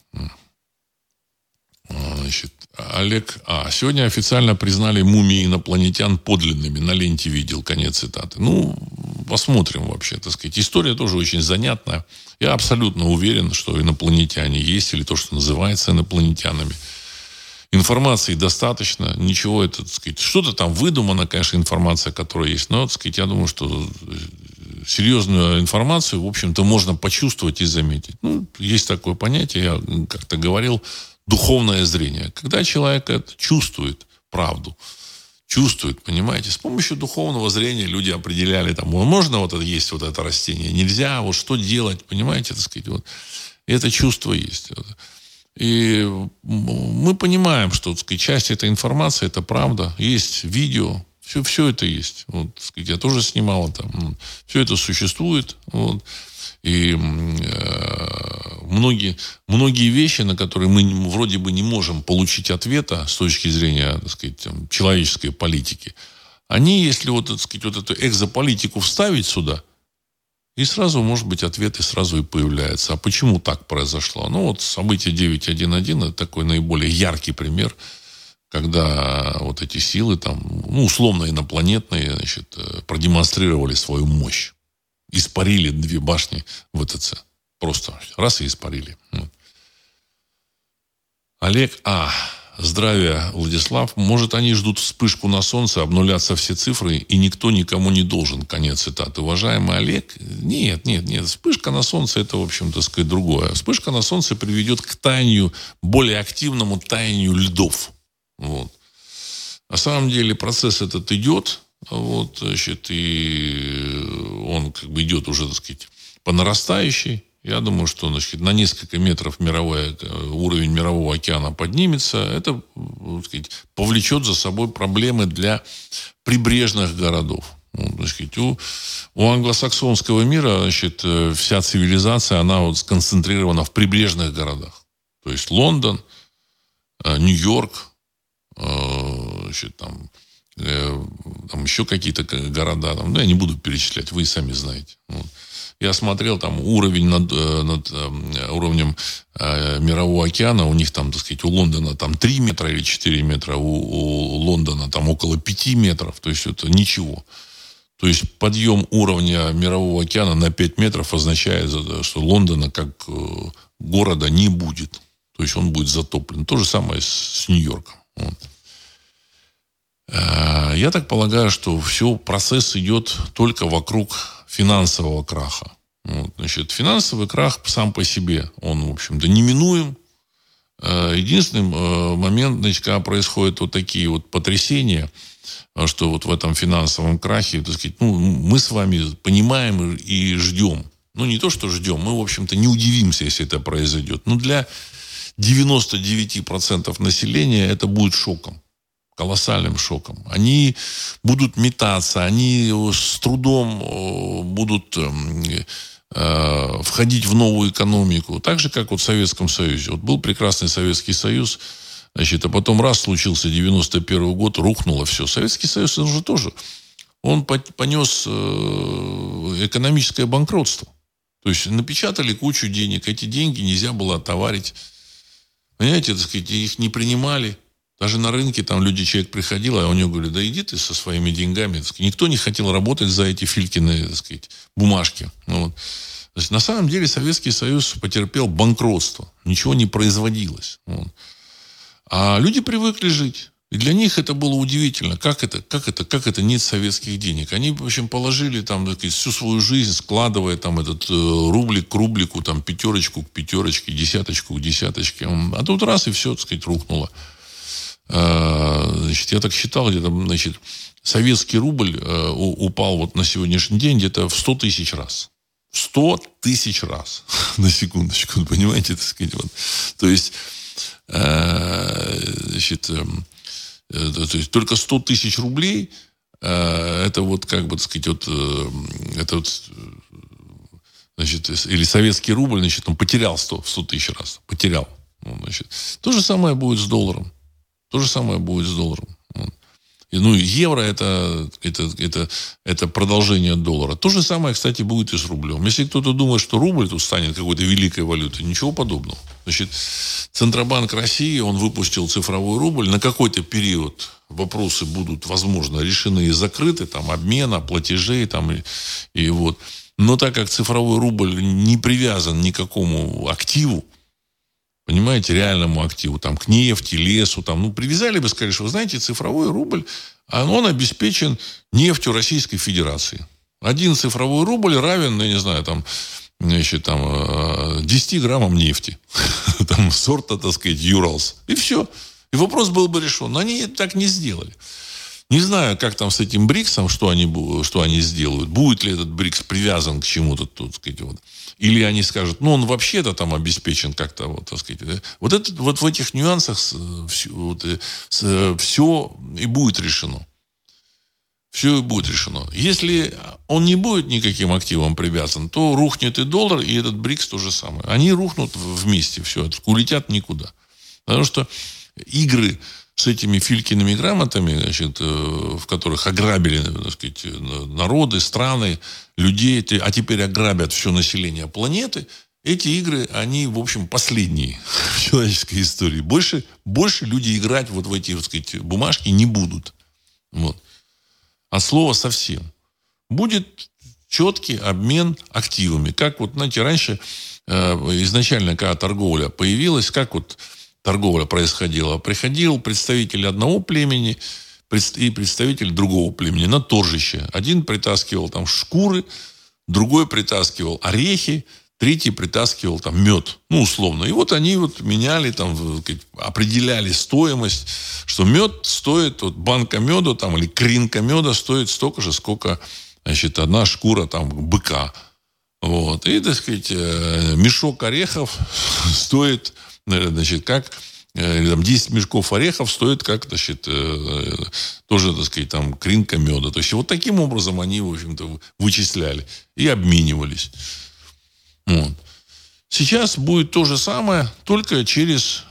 Значит, Олег А. Сегодня официально признали мумии инопланетян подлинными. На ленте видел, конец цитаты. Ну, посмотрим вообще, так сказать. История тоже очень занятная. Я абсолютно уверен, что инопланетяне есть, или то, что называется инопланетянами. Информации достаточно. Ничего это, так сказать, что-то там выдумано, конечно, информация, которая есть. Но, так сказать, я думаю, что серьезную информацию, в общем-то, можно почувствовать и заметить. Ну, есть такое понятие, я как-то говорил, духовное зрение. Когда человек это чувствует правду, чувствует, понимаете, с помощью духовного зрения люди определяли, там, можно вот это есть вот это растение, нельзя, вот что делать, понимаете, так сказать, вот. И это чувство есть. И мы понимаем, что, так сказать, часть этой информации, это правда, есть видео, все, все это есть. Вот, так сказать, я тоже снимал это. Все это существует. Вот. И э, многие, многие вещи, на которые мы вроде бы не можем получить ответа с точки зрения, так сказать, там, человеческой политики, они, если вот, так сказать, вот эту экзополитику вставить сюда, и сразу, может быть, ответы сразу и появляются. А почему так произошло? Ну, вот событие девять один один это такой наиболее яркий пример, когда вот эти силы там, ну, условно инопланетные, значит, продемонстрировали свою мощь. Испарили две башни ВТЦ. Просто раз и испарили. Олег А. Здравия, Владислав. Может, они ждут вспышку на солнце, обнулятся все цифры, и никто никому не должен. Конец цитаты. Уважаемый Олег, нет, нет, нет. Вспышка на солнце, это, в общем, так сказать, другое. Вспышка на солнце приведет к таянию, более активному таянию льдов. Вот. На самом деле процесс этот идет. Вот, значит, и он как бы идет уже, так сказать, по нарастающей. Я думаю, что, значит, на несколько метров мировой, уровень мирового океана поднимется. Это, так сказать, повлечет за собой проблемы для прибрежных городов. Вот, так сказать, у, у англосаксонского мира, значит, вся цивилизация, она вот сконцентрирована в прибрежных городах. То есть Лондон, Нью-Йорк, значит, там, там еще какие-то города, там, ну, я не буду перечислять, вы и сами знаете. Вот. Я смотрел там уровень над, над уровнем э, мирового океана, у них там, так сказать, у Лондона там три метра или четыре метра, у, у Лондона там около пяти метров, то есть это ничего. То есть подъем уровня мирового океана на пять метров означает, что Лондона как города не будет. То есть он будет затоплен. То же самое с, с Нью-Йорком. Вот. Я так полагаю, что все, процесс идет только вокруг финансового краха. Вот, значит, финансовый крах сам по себе, он, в общем-то, неминуем. Единственный момент, значит, когда происходят вот такие вот потрясения, что вот в этом финансовом крахе, так сказать, ну, мы с вами понимаем и ждем. Ну, не то, что ждем, мы, в общем-то, не удивимся, если это произойдет. Но для девяноста девяти процентов населения это будет шоком. Колоссальным шоком. Они будут метаться, они с трудом будут э, входить в новую экономику. Так же, как вот в Советском Союзе. Вот был прекрасный Советский Союз, Значит, а потом раз случился девяносто первый год, рухнуло все. Советский Союз уже тоже. Он понес экономическое банкротство. То есть напечатали кучу денег. Эти деньги нельзя было отоварить. Понимаете, так сказать, их не принимали. Даже на рынке там люди, человек приходил, а у него говорили, да иди ты со своими деньгами. Так сказать, никто не хотел работать за эти Филькины, так сказать, бумажки. Ну, вот. Значит, на самом деле Советский Союз потерпел банкротство. Ничего не производилось. Вот. А люди привыкли жить. И для них это было удивительно. Как это, как это, как это нет советских денег? Они, в общем, положили там, так сказать, всю свою жизнь, складывая там этот э, рублик к рублику, там, пятерочку к пятерочке, десяточку к десяточке. А тут раз и все, так сказать, рухнуло. А, значит, я так считал, где-то, значит, советский рубль э, упал вот на сегодняшний день где-то в сто тысяч раз. сто тысяч раз. На секундочку, понимаете, так сказать. Вот. То есть, э, значит... Э, То есть только сто тысяч рублей, это вот, как бы, так сказать, вот, это вот, значит, или советский рубль, значит, он потерял сто тысяч раз. Потерял. Ну, значит, то же самое будет с долларом. То же самое будет с долларом. И, ну, евро это, это, это, это продолжение доллара. То же самое, кстати, будет и с рублем. Если кто-то думает, что рубль тут станет какой-то великой валютой, ничего подобного. Значит, Центробанк России, он выпустил цифровой рубль. На какой-то период вопросы будут, возможно, решены и закрыты, там, обмена, платежей, там, и, и вот. Но так как цифровой рубль не привязан ни к какому активу, понимаете, реальному активу, там, к нефти, лесу, там, ну, привязали бы, сказали, что, вы знаете, цифровой рубль, он обеспечен нефтью Российской Федерации. Один цифровой рубль равен, я не знаю, там, значит, там, десять граммам нефти. Там, сорта, так сказать, Юралс. И все. И вопрос был бы решен. Но они так не сделали. Не знаю, как там с этим БРИКСом, что они, что они сделают. Будет ли этот БРИКС привязан к чему-то, так сказать, вот. Или они скажут, ну, он вообще-то там обеспечен как-то, вот, так сказать. Да? Вот, это, вот в этих нюансах все, вот, все и будет решено. Все и будет решено. Если он не будет никаким активом привязан, то рухнет и доллар, и этот БРИКС то же самое. Они рухнут вместе, все, улетят никуда. Потому что игры с этими Филькиными грамотами, значит, в которых ограбили, так сказать, народы, страны, людей, а теперь ограбят все население планеты, эти игры, они, в общем, последние в человеческой истории. Больше, больше люди играть вот в эти, так сказать, бумажки не будут. Вот. От слова совсем. Будет четкий обмен активами. Как вот, знаете, раньше, э, изначально, когда торговля появилась, как вот торговля происходила? Приходил представитель одного племени и представитель другого племени на торжище. Один притаскивал там шкуры, другой притаскивал орехи, третий притаскивал там мед, ну, условно. И вот они вот меняли, там, определяли стоимость, что мед стоит, вот банка меда там, или кринка меда стоит столько же, сколько, значит, одна шкура там быка. Вот. И, так сказать, мешок орехов стоит, значит, как, там, десять мешков орехов стоит, как, значит, тоже, так сказать, там, кринка меда. То есть, вот таким образом они, в общем-то, вычисляли и обменивались. Вот. Сейчас будет то же самое, только через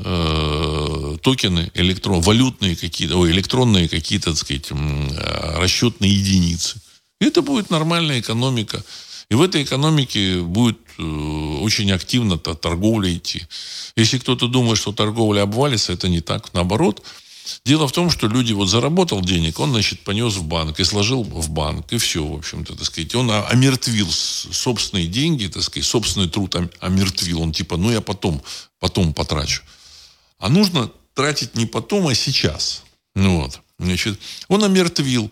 э, токены электрон, валютные какие-то, ой, электронные какие-то, так сказать, э, расчетные единицы. И это будет нормальная экономика. И в этой экономике будет э, очень активно торговля идти. Если кто-то думает, что торговля обвалится, это не так. Наоборот. Дело в том, что люди, вот заработал денег, он, значит, понес в банк и сложил в банк, и все, в общем-то, так сказать. Он омертвил собственные деньги, так сказать, собственный труд омертвил. Он типа, ну, я потом, потом потрачу. А нужно тратить не потом, а сейчас. Ну, вот. Значит, он омертвил.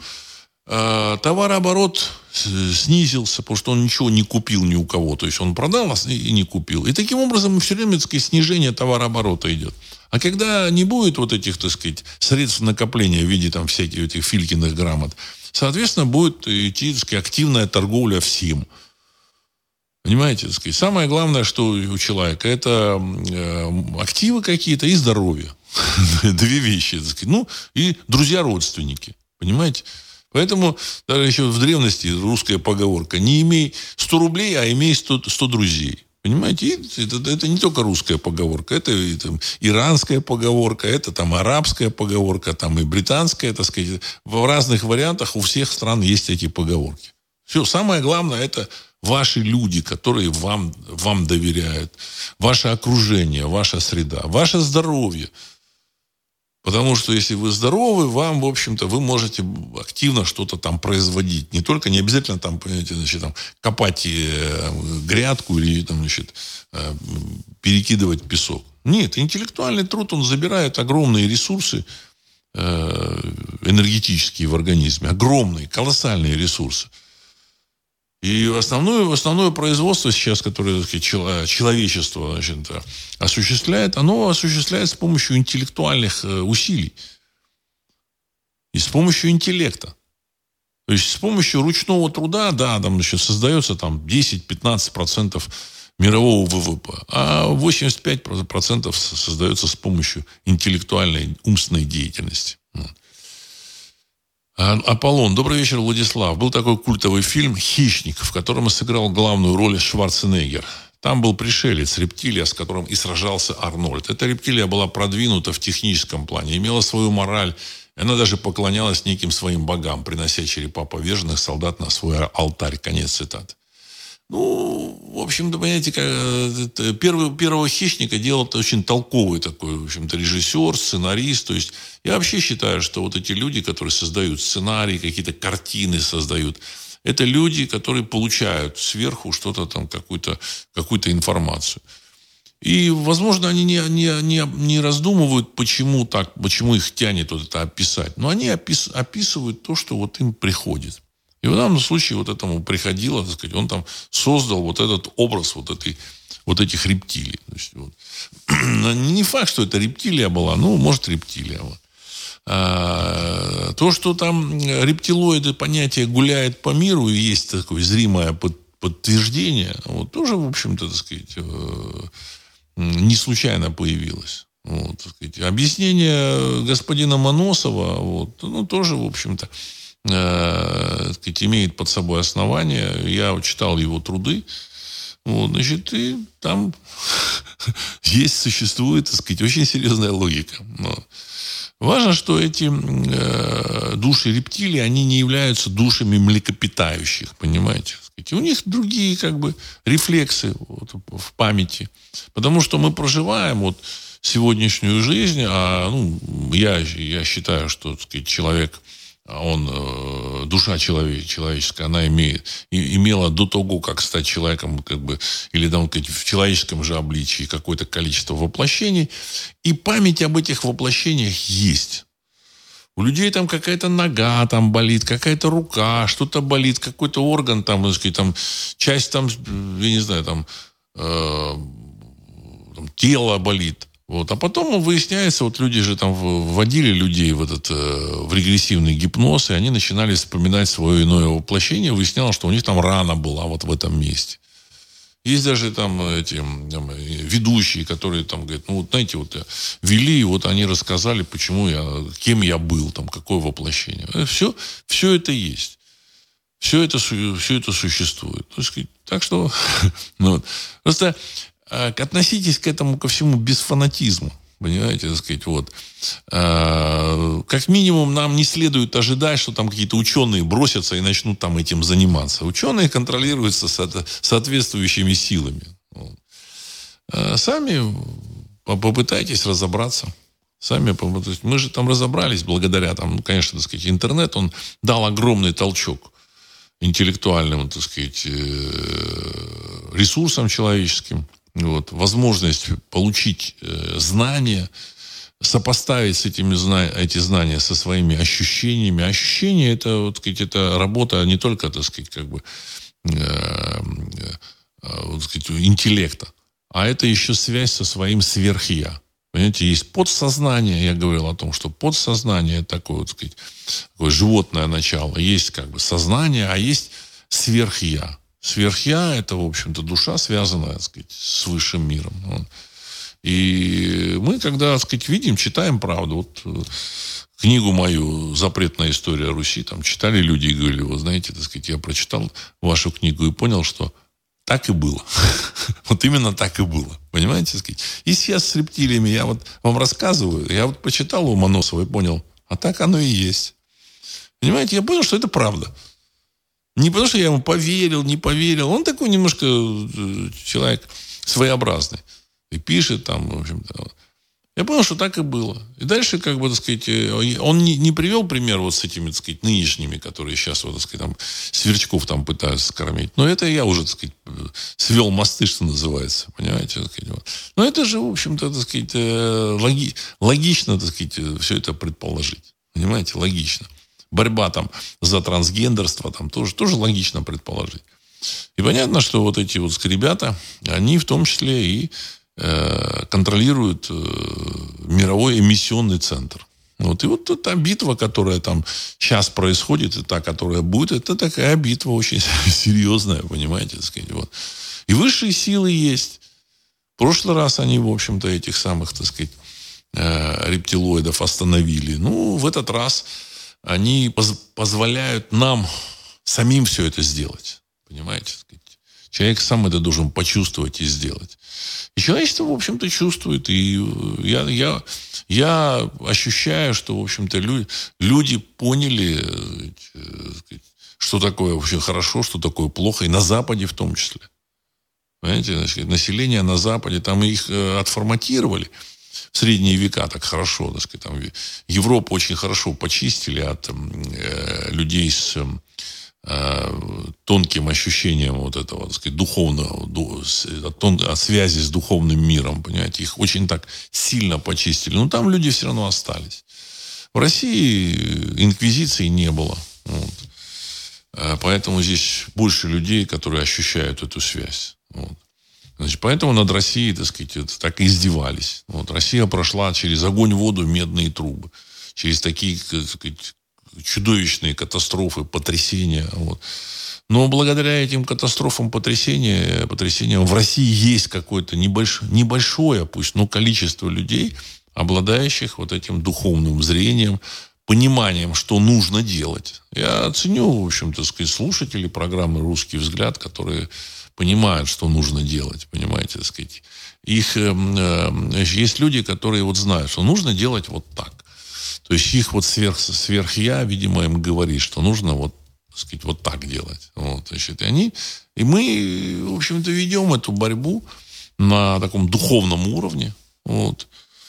Товарооборот снизился, потому что он ничего не купил ни у кого. То есть он продал и не купил. И таким образом все время, так сказать, снижение товарооборота идет. А когда не будет вот этих, так сказать, средств накопления в виде там всяких этих Филькиных грамот, соответственно, будет идти, так сказать, активная торговля всем. Понимаете, так сказать, самое главное, что у человека, это активы какие-то и здоровье. Две вещи, так сказать. Ну, и друзья-родственники. Понимаете? Поэтому даже еще в древности русская поговорка: не имей сто рублей, а имей сто, сто друзей. Понимаете, и это, это не только русская поговорка, это, это иранская поговорка, это там арабская поговорка, там и британская, так сказать. В разных вариантах у всех стран есть эти поговорки. Все, самое главное, это ваши люди, которые вам, вам доверяют, ваше окружение, ваша среда, ваше здоровье. Потому что если вы здоровы, вам, в общем-то, вы можете активно что-то там производить. Не только, не обязательно там, понимаете, значит, там, копать э, грядку или там, значит, э, перекидывать песок. Нет, интеллектуальный труд, он забирает огромные ресурсы э, энергетические в организме. Огромные, колоссальные ресурсы. И основное, основное производство сейчас, которое, так сказать, человечество, значит, осуществляет, оно осуществляется с помощью интеллектуальных усилий. И с помощью интеллекта. То есть с помощью ручного труда, да, там, значит, создается там, десять-пятнадцать процентов мирового ВВП. А восемьдесят пять процентов создается с помощью интеллектуальной, умственной деятельности. Аполлон. Добрый вечер, Владислав. Был такой культовый фильм «Хищник», в котором сыграл главную роль Шварценеггер. Там был пришелец, рептилия, с которым и сражался Арнольд. Эта рептилия была продвинута в техническом плане, имела свою мораль. Она даже поклонялась неким своим богам, принося черепа поверженных солдат на свой алтарь. Конец цитаты. Ну, в общем-то, понимаете, как, первый, первого «Хищника» делал очень толковый такой, в общем-то, режиссер, сценарист. То есть я вообще считаю, что вот эти люди, которые создают сценарии, какие-то картины создают, это люди, которые получают сверху что-то там, какую-то, какую-то информацию. И, возможно, они не, не, не, не раздумывают, почему так, почему их тянет вот это описать. Но они опис, описывают то, что вот им приходит. И в данном случае вот этому приходило, так сказать, он там создал вот этот образ вот, этой, вот этих рептилий. То есть, вот. Не факт, что это рептилия была, ну, может, рептилия. Вот. А, то, что там рептилоиды понятие гуляет по миру, и есть такое зримое под, подтверждение, вот, тоже, в общем-то, так сказать, не случайно появилось. Вот, так сказать. Объяснение господина Моносова, вот, ну, тоже, в общем-то, Э, сказать, имеет под собой основания. Я читал его труды. Вот, значит, и там есть, существует, так сказать, очень серьезная логика. Но важно, что эти э, души рептилий, они не являются душами млекопитающих, понимаете? У них другие, как бы, рефлексы вот, в памяти. Потому что мы проживаем вот сегодняшнюю жизнь, а ну, я, я считаю, что, так сказать, человек, он, душа человек, человеческая, она имеет, и, имела до того, как стать человеком, как бы, или там, в человеческом же обличии какое-то количество воплощений. И память об этих воплощениях есть. У людей там какая-то нога там болит, какая-то рука, что-то болит, какой-то орган там, так сказать, там часть там, я не знаю, там, э, там тело болит. Вот. А потом выясняется, вот люди же там вводили людей в этот э, в регрессивный гипноз, и они начинали вспоминать свое иное воплощение. Выяснялось, что у них там рана была вот в этом месте. Есть даже там эти там, ведущие, которые там говорят, ну вот знаете, вот вели, вот они рассказали, почему я, кем я был, там, какое воплощение. Все, все это есть. Все это, все это существует. Так что, ну, просто относитесь к этому ко всему без фанатизма. Понимаете, так сказать, вот. Как минимум, нам не следует ожидать, что там какие-то ученые бросятся и начнут там этим заниматься. Ученые контролируются соответствующими силами. Сами попытайтесь разобраться. Сами попытайтесь. Мы же там разобрались благодаря, там, ну, конечно, так сказать, интернет, он дал огромный толчок интеллектуальным, так сказать, ресурсам человеческим. Вот, возможность получить э, знания, сопоставить с этими зна- эти знания со своими ощущениями. Ощущения это, вот, сказать, это работа не только, так сказать, как бы, э, э, вот, сказать, интеллекта, а это еще связь со своим сверхя. Понимаете, есть подсознание, я говорил о том, что подсознание это такое, вот, сказать, такое животное начало, есть как бы сознание, а есть сверхя. Сверхя – это, в общем-то, душа, связанная, так сказать, с высшим миром. И мы, когда, так сказать, видим, читаем правду. Вот книгу мою «Запретная история Руси», там читали люди и говорили, вот знаете, так сказать, я прочитал вашу книгу и понял, что так и было. Вот именно так и было. Понимаете? И сейчас с рептилиями я вот вам рассказываю. Я вот почитал у Ломоносова и понял, а так оно и есть. Понимаете? Я понял, что это правда. Не потому, что я ему поверил, не поверил. Он такой немножко человек своеобразный. И пишет там, в общем-то. Я понял, что так и было. И дальше, как бы, так сказать, он не, не привел пример вот с этими, так сказать, нынешними, которые сейчас, вот, так сказать, там, сверчков там пытаются скормить. Но это я уже, так сказать, свел мосты, что называется. Понимаете? Так сказать, вот. Но это же, в общем-то, так сказать, логи, логично, так сказать, все это предположить. Понимаете? Логично. Борьба там за трансгендерство там тоже, тоже логично предположить. И понятно, что вот эти вот ребята, они в том числе и контролируют мировой эмиссионный центр. Вот. И вот та битва, которая там сейчас происходит, и та, которая будет, это такая битва очень серьезная, понимаете, так сказать. Вот. И высшие силы есть. В прошлый раз они, в общем-то, этих самых, так сказать, рептилоидов остановили. Ну, в этот раз они поз- позволяют нам самим все это сделать. Понимаете, так сказать. Человек сам это должен почувствовать и сделать. И человечество, в общем-то, чувствует. И я, я, я ощущаю, что, в общем-то, люди, люди поняли, что такое вообще хорошо, что такое плохо. И на Западе в том числе. Понимаете, значит, население на Западе, там их отформатировали. В средние века так хорошо. Так сказать, там Европу очень хорошо почистили от э, людей с... тонким ощущением вот этого, так сказать, духовного, от, от связи с духовным миром, понимаете, их очень так сильно почистили. Но там люди все равно остались. В России инквизиции не было. Вот. Поэтому здесь больше людей, которые ощущают эту связь. Вот. Значит, поэтому над Россией, так сказать, так и издевались. Вот. Россия прошла через огонь, воду, медные трубы. Через такие, так сказать, чудовищные катастрофы, потрясения. Вот. Но благодаря этим катастрофам, потрясения, потрясениям в России есть какое-то небольшое, небольшое, пусть, но количество людей, обладающих вот этим духовным зрением, пониманием, что нужно делать. Я ценю, в общем-то, сказать, слушателей программы «Русский взгляд», которые понимают, что нужно делать. Понимаете, так сказать. Их, э, э, есть люди, которые вот знают, что нужно делать вот так. То есть их вот сверх, сверх я, видимо, им говорит, что нужно вот, так сказать, вот так делать. Вот, значит, и они, и мы, в общем-то, ведем эту борьбу на таком духовном уровне. Вот.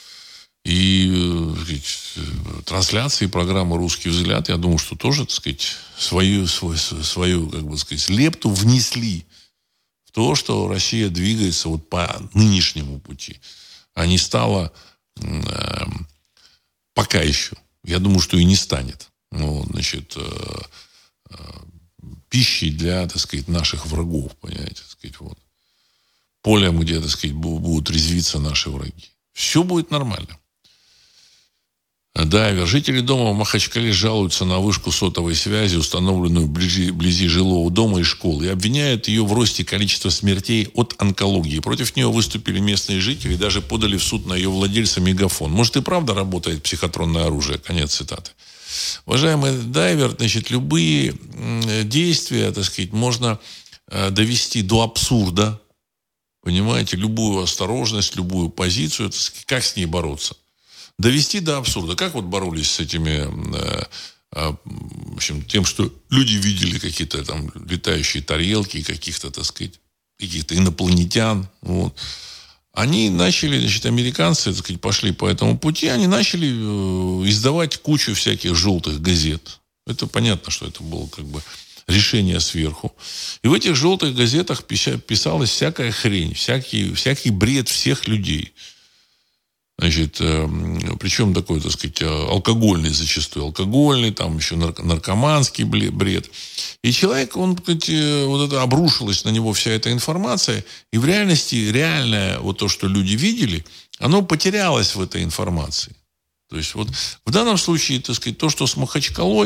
И, так сказать, трансляции программы «Русский взгляд», я думаю, что тоже, так сказать, свою, свою, свою, как бы сказать, лепту внесли в то, что Россия двигается вот по нынешнему пути, а не стала... Э, Пока еще. Я думаю, что и не станет. Ну, значит, э, э, пищей для, так сказать, наших врагов, понимаете, так сказать, вот. Полем, где, так сказать, будут резвиться наши враги. Все будет нормально. Дайвер. Жители дома в Махачкале жалуются на вышку сотовой связи, установленную вблизи, вблизи жилого дома и школы, и обвиняют ее в росте количества смертей от онкологии. Против нее выступили местные жители и даже подали в суд на ее владельца Мегафон. Может, и правда работает психотронное оружие? Конец цитаты. Уважаемый Дайвер, значит, любые действия, так сказать, можно довести до абсурда. Понимаете, любую осторожность, любую позицию, так сказать, как с ней бороться? Довести до абсурда. Как вот боролись с этими, э, э, в общем, тем, что люди видели какие-то там летающие тарелки, каких-то, так сказать, каких-то инопланетян. Вот. Они начали, значит, американцы, так сказать, пошли по этому пути, они начали э, издавать кучу всяких желтых газет. Это понятно, что это было как бы решение сверху. И в этих желтых газетах писалась всякая хрень, всякий, всякий бред всех людей. Значит, э, причем такой, так сказать, алкогольный зачастую, алкогольный, там еще наркоманский бред. И человек, он, так сказать, вот это обрушилась на него вся эта информация, и в реальности реальное вот то, что люди видели, оно потерялось в этой информации. То есть вот в данном случае, так сказать, то, что с Махачкалой,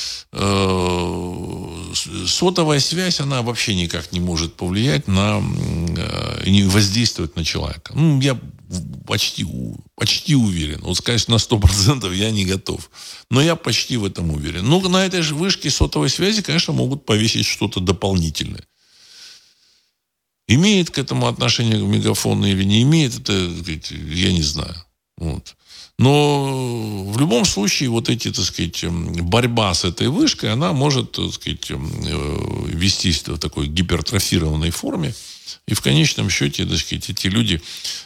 э, сотовая связь, она вообще никак не может повлиять на, э, не воздействовать на человека. Ну, я почти, почти уверен. Вот сказать на сто процентов я не готов. Но я почти в этом уверен. Но на этой же вышке сотовой связи, конечно, могут повесить что-то дополнительное. Имеет к этому отношение Мегафон или не имеет, это, так сказать, я не знаю. Вот. Но в любом случае вот эти, так сказать, борьба с этой вышкой, она может, так сказать, вестись в такой гипертрофированной форме. И в конечном счете, так сказать, эти люди,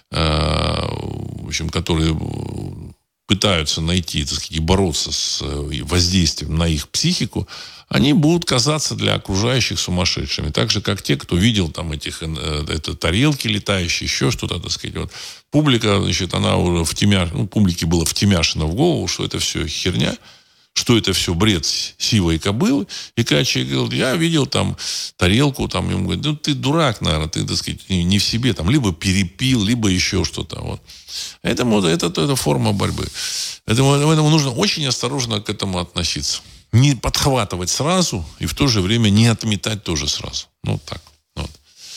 в общем, которые пытаются найти, так сказать, и бороться с воздействием на их психику, они будут казаться для окружающих сумасшедшими. Так же, как те, кто видел там этих это, тарелки летающие, еще что-то, так сказать. Вот. Публика, значит, она уже втемя... ну, публике было втемяшено в голову, что это все херня, что это все бред сивой кобылы. И когда человек говорит, я видел там тарелку, там, ему говорят, ну, ты дурак, наверное, ты, так сказать, не в себе, там, либо перепил, либо еще что-то. Вот. Поэтому это, это, это форма борьбы. Поэтому, поэтому нужно очень осторожно к этому относиться. Не подхватывать сразу и в то же время не отметать тоже сразу. Ну, так. Вот.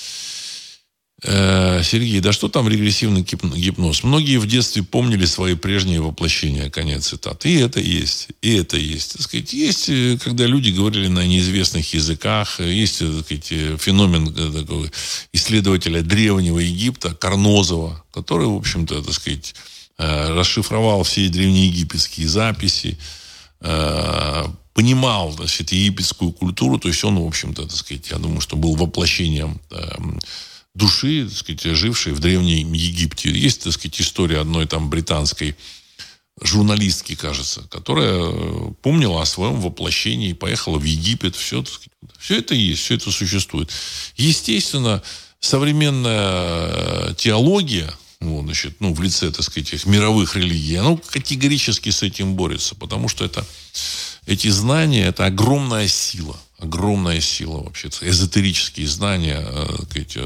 Э, Сергей, да что там регрессивный гипноз? Многие в детстве помнили свои прежние воплощения, конец цитаты. И это есть, и это есть. Так сказать, есть, когда люди говорили на неизвестных языках, есть, так сказать, феномен такого исследователя древнего Египта Карнозова, который, в общем-то, так сказать, расшифровал все древнеегипетские записи, понимал, значит, египетскую культуру, то есть он, в общем-то, так сказать, я думаю, что был воплощением да, души, так сказать, жившей в Древнем Египте. Есть, так сказать, история одной там британской журналистки, кажется, которая помнила о своем воплощении, поехала в Египет, все, так сказать, все это есть, все это существует. Естественно, современная теология, вот, значит, ну, в лице, так сказать, этих мировых религий, она категорически с этим борется, потому что это эти знания – это огромная сила. Огромная сила вообще. Эзотерические знания, сказать,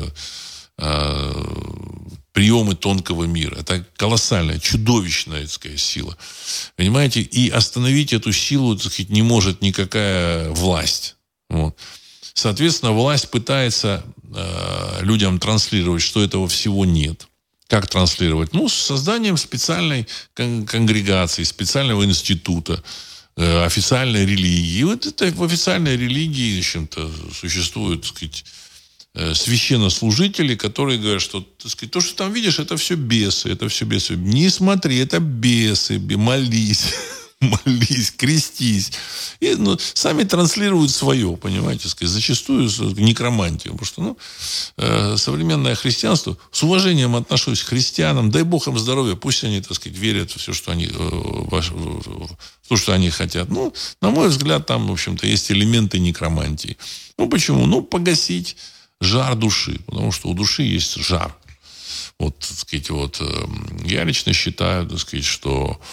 приемы тонкого мира. Это колоссальная, чудовищная, так сказать, сила. Понимаете? И остановить эту силу, так сказать, не может никакая власть. Вот. Соответственно, власть пытается э, людям транслировать, что этого всего нет. Как транслировать? Ну, с созданием специальной кон- конгрегации, специального института, официальной религии. И вот это в официальной религии, в общем-то, существуют, так сказать, священнослужители, которые говорят, что, так сказать, то, что там видишь, это все бесы, это все бесы. Не смотри, это бесы, молись, молись, крестись. И, ну, сами транслируют свое, понимаете, сказать, зачастую некромантию. Потому что, ну, э, современное христианство, с уважением отношусь к христианам, дай Бог им здоровья, пусть они, так сказать, верят в все, что они, э, в, в то, что они хотят. Ну, на мой взгляд, там, в общем-то, есть элементы некромантии. Ну, почему? Ну, погасить жар души, потому что у души есть жар. Вот, так сказать, вот, э, я лично считаю, так сказать, что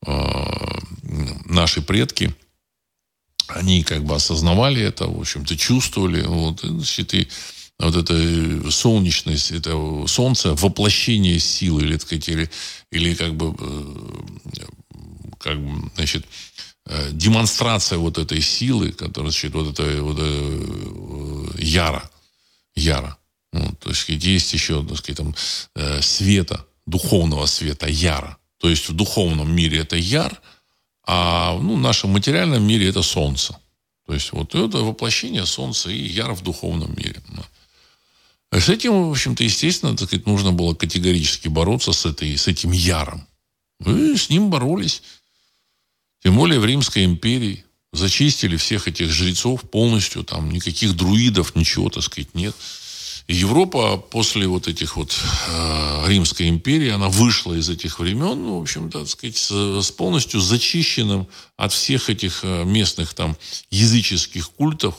наши предки, они как бы осознавали это, в общем-то, чувствовали. Вот, значит, и вот эта солнечность, это солнце, воплощение силы, или, так сказать, или, или как бы, как бы, значит, демонстрация вот этой силы, которая, значит, вот это, вот это яра, яра. Ну, то есть есть еще, так сказать, там, света, духовного света, яра. То есть в духовном мире это яр, а ну, в нашем материальном мире это солнце. То есть вот это воплощение солнца и яр в духовном мире. С этим, в общем-то, естественно, так сказать, нужно было категорически бороться с, этой, с этим яром. И с ним боролись. Тем более в Римской империи зачистили всех этих жрецов полностью. Там никаких друидов, ничего, так сказать, нет. И Европа после вот этих вот э, Римской империи, она вышла из этих времен, ну, в общем-то, так сказать, с, с полностью зачищенным от всех этих э, местных там языческих культов,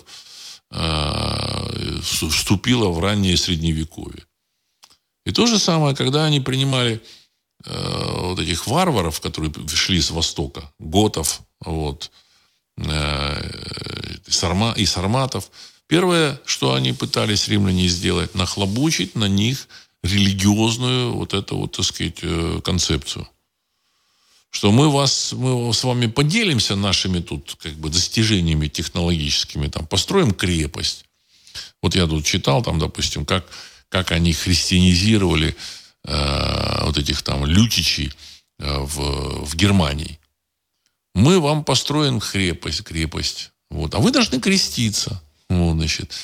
э, вступила в раннее Средневековье. И то же самое, когда они принимали э, вот этих варваров, которые шли с востока, готов, вот, э, сарма, и сарматов. Первое, что они пытались римляне сделать, нахлобучить на них религиозную вот эту вот, так сказать, концепцию. Что мы вас, мы с вами поделимся нашими тут как бы достижениями технологическими, там, построим крепость. Вот я тут читал, там, допустим, как, как они христианизировали э, вот этих там лютичей э, в, в Германии. Мы вам построим крепость, крепость. Вот, а вы должны креститься. Вот, значит.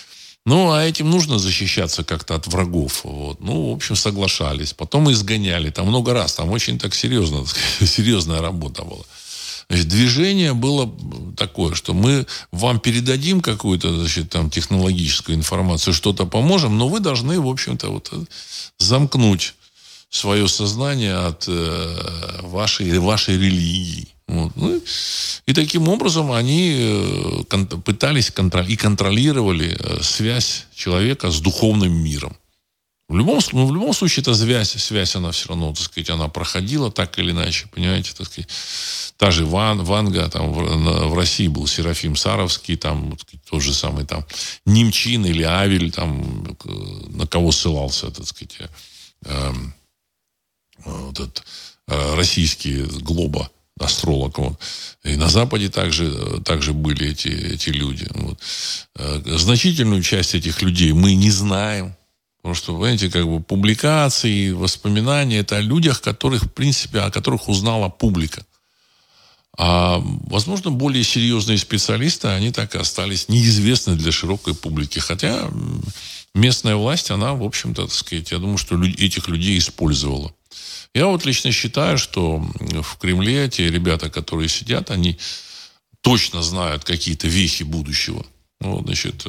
Ну, а этим нужно защищаться как-то от врагов. Вот. Ну, в общем, соглашались. Потом изгоняли. Там много раз. Там очень так серьезно, серьезная работа была. Значит, движение было такое, что мы вам передадим какую-то, значит, там, технологическую информацию, что-то поможем, но вы должны, в общем-то, вот, замкнуть свое сознание от э, вашей, вашей религии. Вот. Ну, и таким образом они э, кон- пытались контр- и контролировали э, связь человека с духовным миром. В любом, ну, в любом случае, эта связь, связь, она все равно, так сказать, она проходила так или иначе, понимаете, так сказать. Та же Ван, Ванга, там в, на, в России был Серафим Саровский, там вот, тот же самый там Немчин или Авель, там на кого ссылался, так сказать, э, вот этот э, российский Глоба, астролог. Вот. И на Западе также, также были эти, эти люди. Вот. Э, значительную часть этих людей мы не знаем. Потому что, понимаете, как бы публикации, воспоминания, это о людях, которых, в принципе, о которых узнала публика. А, возможно, более серьезные специалисты, они так и остались неизвестны для широкой публики. Хотя местная власть, она, в общем-то, так сказать, я думаю, что этих людей использовала. Я вот лично считаю, что в Кремле те ребята, которые сидят, они точно знают какие-то вехи будущего. Вот, значит,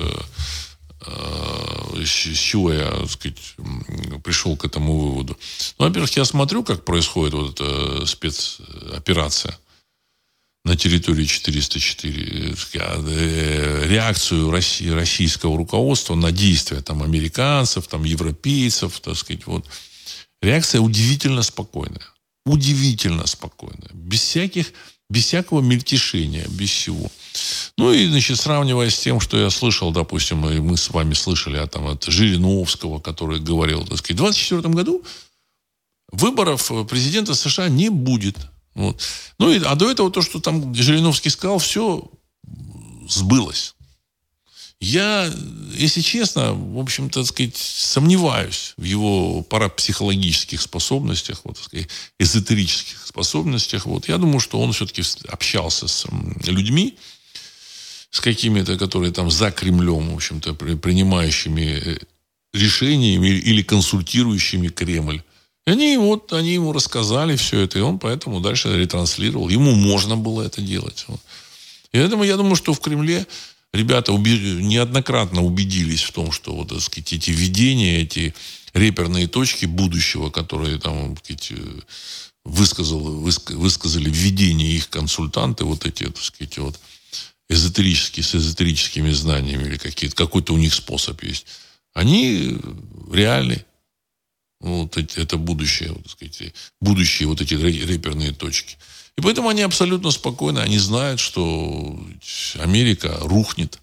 с чего я, так сказать, пришел к этому выводу. Ну, во-первых, я смотрю, как происходит вот эта спецоперация на территории четыреста четыре. Реакцию России, российского руководства на действия там, американцев, там, европейцев, так сказать, вот. Реакция удивительно спокойная. Удивительно спокойная. Без всяких, без всякого мельтешения, без всего. Ну и, значит, сравнивая с тем, что я слышал, допустим, и мы с вами слышали от, там, от Жириновского, который говорил, так сказать, в двадцать четвёртом году выборов президента США не будет. Вот. Ну и, а до этого то, что там Жириновский сказал, все сбылось. Я, если честно, в общем-то, так сказать, сомневаюсь в его парапсихологических способностях, вот, так сказать, эзотерических способностях. Вот. Я думаю, что он все-таки общался с людьми, с какими-то, которые там за Кремлем, в общем-то, принимающими решениями или консультирующими Кремль. И они, вот, они ему рассказали все это, и он поэтому дальше ретранслировал. Ему можно было это делать. Вот. И поэтому я думаю, что в Кремле ребята уби- неоднократно убедились в том, что вот, так сказать, эти видения, эти реперные точки будущего, которые там, так сказать, высказал, выск- высказали в видении их консультанты, вот эти, так сказать, вот, эзотерические, с эзотерическими знаниями или какие-то, какой-то у них способ есть, они реальны. Вот это будущее, вот, так сказать, будущие вот эти реперные точки. И поэтому они абсолютно спокойны. Они знают, что Америка рухнет.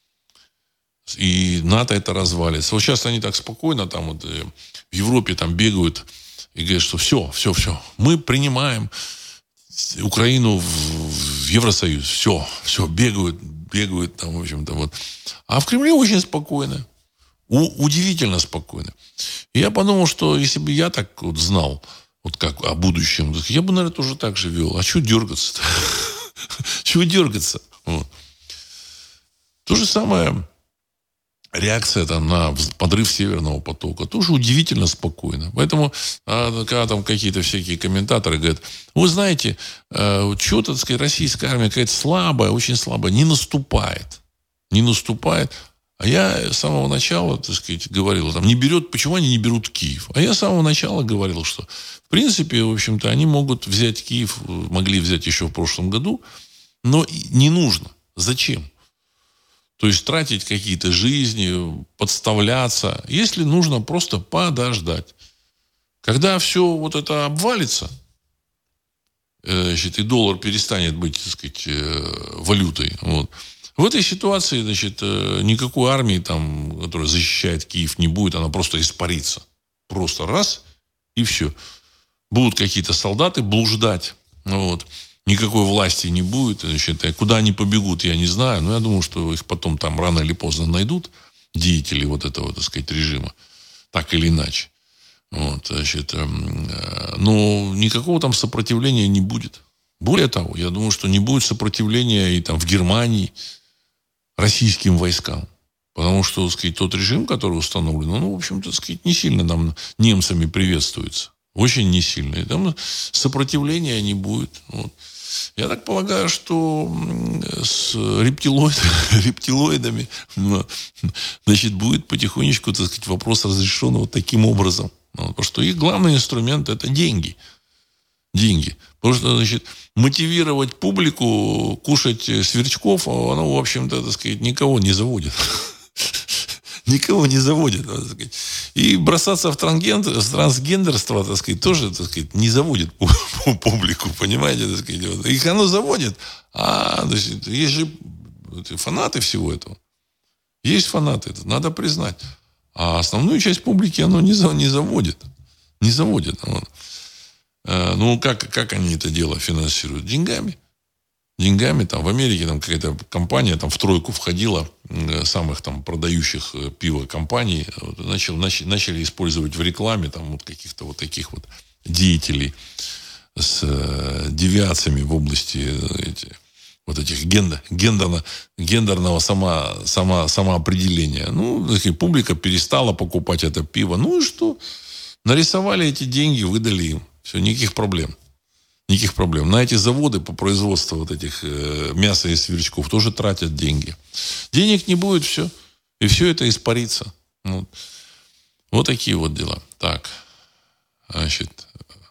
И НАТО это развалится. Вот сейчас они так спокойно там вот в Европе там бегают и говорят, что все, все, все. Мы принимаем Украину в Евросоюз. Все, все, бегают, бегают там, в общем-то, вот. А в Кремле очень спокойно. У- удивительно спокойно. И я подумал, что если бы я так вот знал, вот как о будущем, я бы, наверное, тоже так же вел. А чего дергаться-то? Чего дергаться? Вот. То же самое реакция там, на подрыв Северного потока. Тоже удивительно спокойно. Поэтому, когда там какие-то всякие комментаторы говорят, вы знаете, что-то, так сказать, российская армия какая-то слабая, очень слабая, не наступает. Не наступает. А я с самого начала, так сказать, говорил, там, не берет, почему они не берут Киев? А я с самого начала говорил, что, в принципе, в общем-то, они могут взять Киев, могли взять еще в прошлом году, но не нужно. Зачем? То есть тратить какие-то жизни, подставляться. Если нужно, просто подождать. Когда все вот это обвалится, значит, и доллар перестанет быть, так сказать, валютой, вот, в этой ситуации, значит, никакой армии, там, которая защищает Киев, не будет, она просто испарится. Просто раз, и все. Будут какие-то солдаты блуждать. Вот. Никакой власти не будет. Значит, куда они побегут, я не знаю. Но я думаю, что их потом там рано или поздно найдут, деятели вот этого, так сказать, режима. Так или иначе. Вот, значит, но никакого там сопротивления не будет. Более того, я думаю, что не будет сопротивления и там в Германии, российским войскам. Потому что, так сказать, тот режим, который установлен, он, в общем-то, так сказать, не сильно нам немцами приветствуется. Очень не сильно. И там сопротивления не будет. Вот. Я так полагаю, что с рептилоид, рептилоидами, значит, будет потихонечку, так сказать, вопрос разрешен вот таким образом. Потому что их главный инструмент – это деньги. Деньги. Потому что, значит, мотивировать публику кушать сверчков, оно, в общем-то, так сказать, никого не заводит. Никого не заводит. Так сказать. И бросаться в трансгендерство, так сказать, тоже, так сказать, не заводит публику, понимаете? Так сказать. Их оно заводит. А, значит, есть же фанаты всего этого. Есть фанаты, это надо признать. А основную часть публики оно не, за, не заводит. Не заводит. Вот. Ну, как, как они это дело финансируют? Деньгами. Деньгами. Там, в Америке там, какая-то компания там, в тройку входила самых там, продающих пиво компаний. Вот, начал, начали, начали использовать в рекламе там, вот, каких-то вот таких вот деятелей с э, девиациями в области эти, вот этих гендер, гендерно, гендерного само, само, самоопределения. Ну, публика перестала покупать это пиво. Ну и что? Нарисовали эти деньги, выдали им. Все, никаких проблем. Никаких проблем. На эти заводы по производству вот этих э, мяса и сверчков тоже тратят деньги. Денег не будет, все. И все это испарится. Вот, вот такие вот дела. Так. Значит.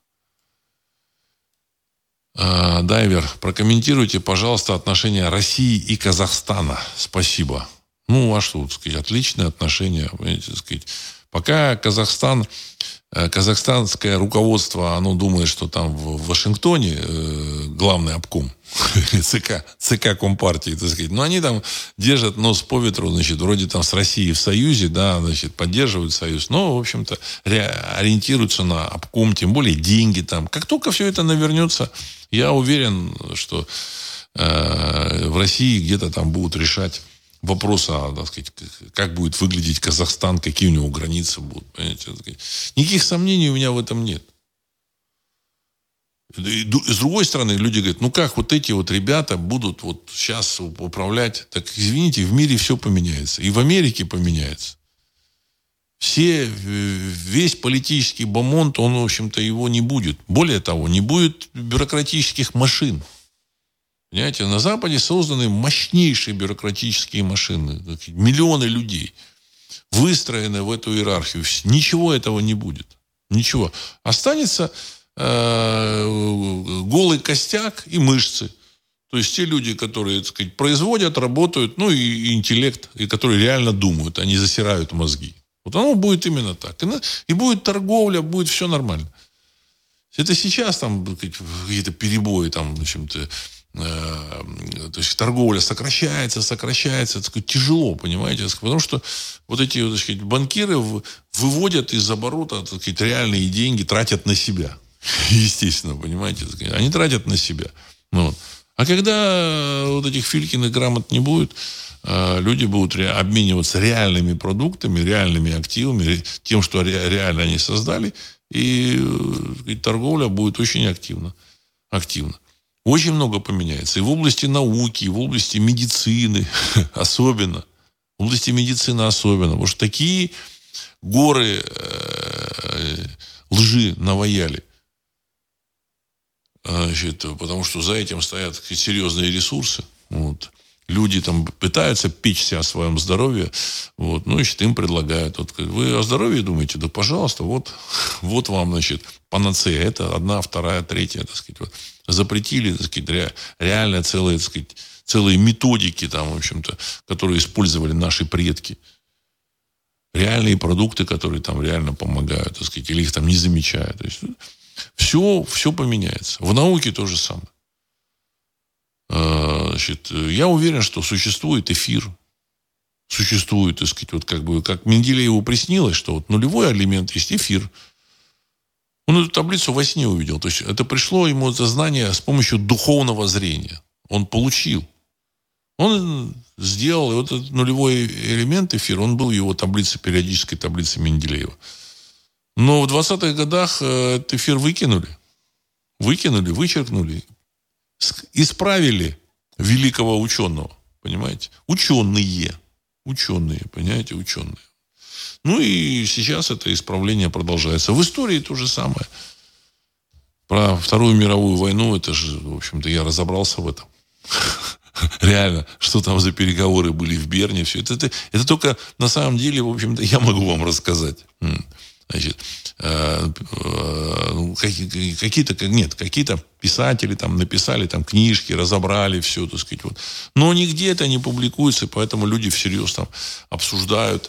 Э, Дайвер, прокомментируйте, пожалуйста, отношения России и Казахстана. Спасибо. Ну, а что, так сказать, отличные отношения. Понимаете, так сказать. Пока Казахстан, казахстанское руководство, оно думает, что там в Вашингтоне э, главный обком ЦК, ЦК Компартии, так сказать. Но они там держат нос по ветру, значит, вроде там с Россией в союзе, да, значит, поддерживают союз. Но, в общем-то, ориентируются на обком, тем более деньги там. Как только все это навернется, я уверен, что э, в России где-то там будут решать вопрос, а, так сказать, как будет выглядеть Казахстан, какие у него границы будут. Понимаете? Никаких сомнений у меня в этом нет. И с другой стороны, люди говорят, ну как вот эти вот ребята будут вот сейчас управлять? Так, извините, в мире все поменяется. И в Америке поменяется. Все, весь политический бомонд, он, в общем-то, его не будет. Более того, не будет бюрократических машин. Понимаете, на Западе созданы мощнейшие бюрократические машины. Миллионы людей выстроены в эту иерархию. Ничего этого не будет. Ничего. Останется э, голый костяк и мышцы. То есть те люди, которые, так сказать, производят, работают, ну и, и интеллект, и которые реально думают, они засирают мозги. Вот оно будет именно так. И, и будет торговля, будет все нормально. Это сейчас там какие-то перебои, там, в общем-то, то есть торговля сокращается, сокращается, это сказать, тяжело, понимаете, потому что вот эти, так сказать, банкиры выводят из оборота, так сказать, реальные деньги, тратят на себя, естественно, понимаете, они тратят на себя. Вот. А когда вот этих Филькиных грамот не будет, люди будут обмениваться реальными продуктами, реальными активами, тем, что реально они создали, и, так сказать, торговля будет очень активна, активна. Очень много поменяется. И в области науки, и в области медицины особенно. В области медицины особенно. Потому что такие горы э, лжи наваяли. Значит, потому что за этим стоят серьезные ресурсы. Вот. Люди там пытаются печься о своем здоровье. Вот. Ну, значит, им предлагают. Вот, вы о здоровье думаете? Да, пожалуйста, вот, вот вам, значит, панацея. Это одна, вторая, третья, так сказать. Вот. Запретили, так сказать, реально целые, так сказать, целые методики, там, в общем-то, которые использовали наши предки. Реальные продукты, которые там реально помогают, так сказать, или их там не замечают. То есть, все, все поменяется. В науке то же самое. Значит, я уверен, что существует эфир. Существует, так сказать, вот как бы, как Менделееву приснилось, что вот нулевой элемент есть эфир. Он эту таблицу во сне увидел. То есть это пришло ему это знание с помощью духовного зрения. Он получил. Он сделал, и вот этот нулевой элемент эфир, он был в его таблице, периодической таблице Менделеева. Но в двадцатых годах этот эфир выкинули. Выкинули, вычеркнули. Исправили великого ученого. Понимаете? Ученые. Ученые, понимаете, ученые. Ну и сейчас это исправление продолжается. В истории то же самое. Про Вторую мировую войну, это же, в общем-то, я разобрался в этом. Реально, что там за переговоры были в Берне, все это, это, это только на самом деле, в общем-то, я могу вам рассказать. Значит, э, э, какие-то, нет, какие-то писатели там написали там книжки, разобрали все, так сказать, вот. Но нигде это не публикуется, поэтому люди всерьез там обсуждают,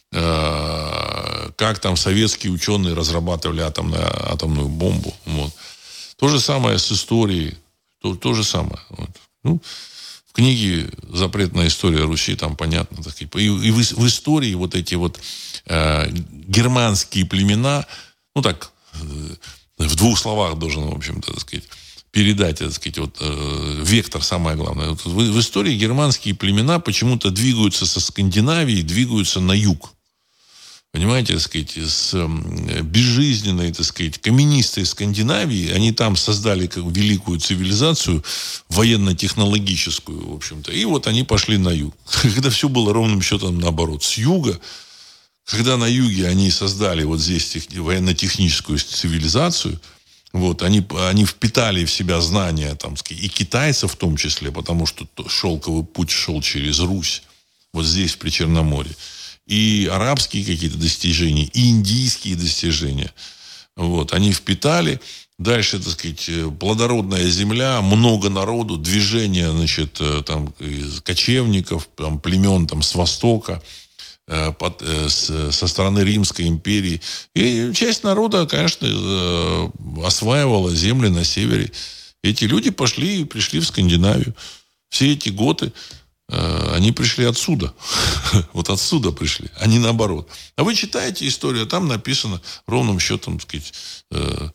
э, как там советские ученые разрабатывали атомную, атомную бомбу. Вот. То же самое с историей, то, то же самое. Вот. Ну, в книге «Запретная история Руси» там понятно, так сказать. И, и в, в истории вот эти вот э, германские племена, ну так, э, в двух словах должен, в общем-то, так сказать, передать, так сказать, вот, э, вектор, самое главное. Вот в, в истории германские племена почему-то двигаются со Скандинавии, двигаются на юг. Понимаете, так сказать, с безжизненной, так сказать, каменистой Скандинавии, они там создали как великую цивилизацию, военно-технологическую, в общем-то, и вот они пошли на юг. Когда все было ровным счетом наоборот. С юга, когда на юге они создали вот здесь тех, военно-техническую цивилизацию, вот, они, они впитали в себя знания, там, и китайцев в том числе, потому что шелковый путь шел через Русь, вот здесь, в Причерноморье. И арабские какие-то достижения, и индийские достижения. Вот, они впитали. Дальше, так сказать, плодородная земля, много народу, движение, значит, там, кочевников, там, племен там, с востока, под, с, со стороны Римской империи. И часть народа, конечно, осваивала земли на севере. Эти люди пошли и пришли в Скандинавию. Все эти готы они пришли отсюда. Вот отсюда пришли, а не наоборот. А вы читаете историю, а там написано ровным счетом, так сказать, э,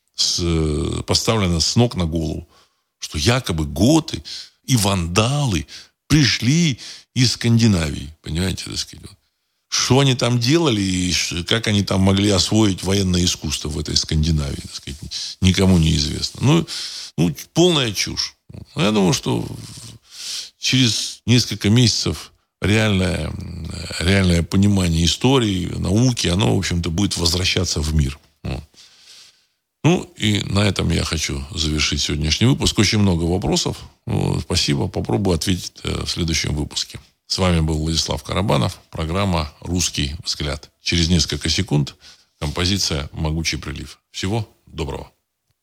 с, поставлено с ног на голову, что якобы готы и вандалы пришли из Скандинавии. Понимаете, так сказать. Что они там делали и как они там могли освоить военное искусство в этой Скандинавии, так сказать, никому не известно. Ну, ну полная чушь. Я думаю, что через несколько месяцев реальное, реальное понимание истории, науки, оно, в общем-то, будет возвращаться в мир. Вот. Ну, и на этом я хочу завершить сегодняшний выпуск. Очень много вопросов. Вот, спасибо. Попробую ответить в следующем выпуске. С вами был Владислав Карабанов. Программа «Русский взгляд». Через несколько секунд композиция «Могучий прилив». Всего доброго.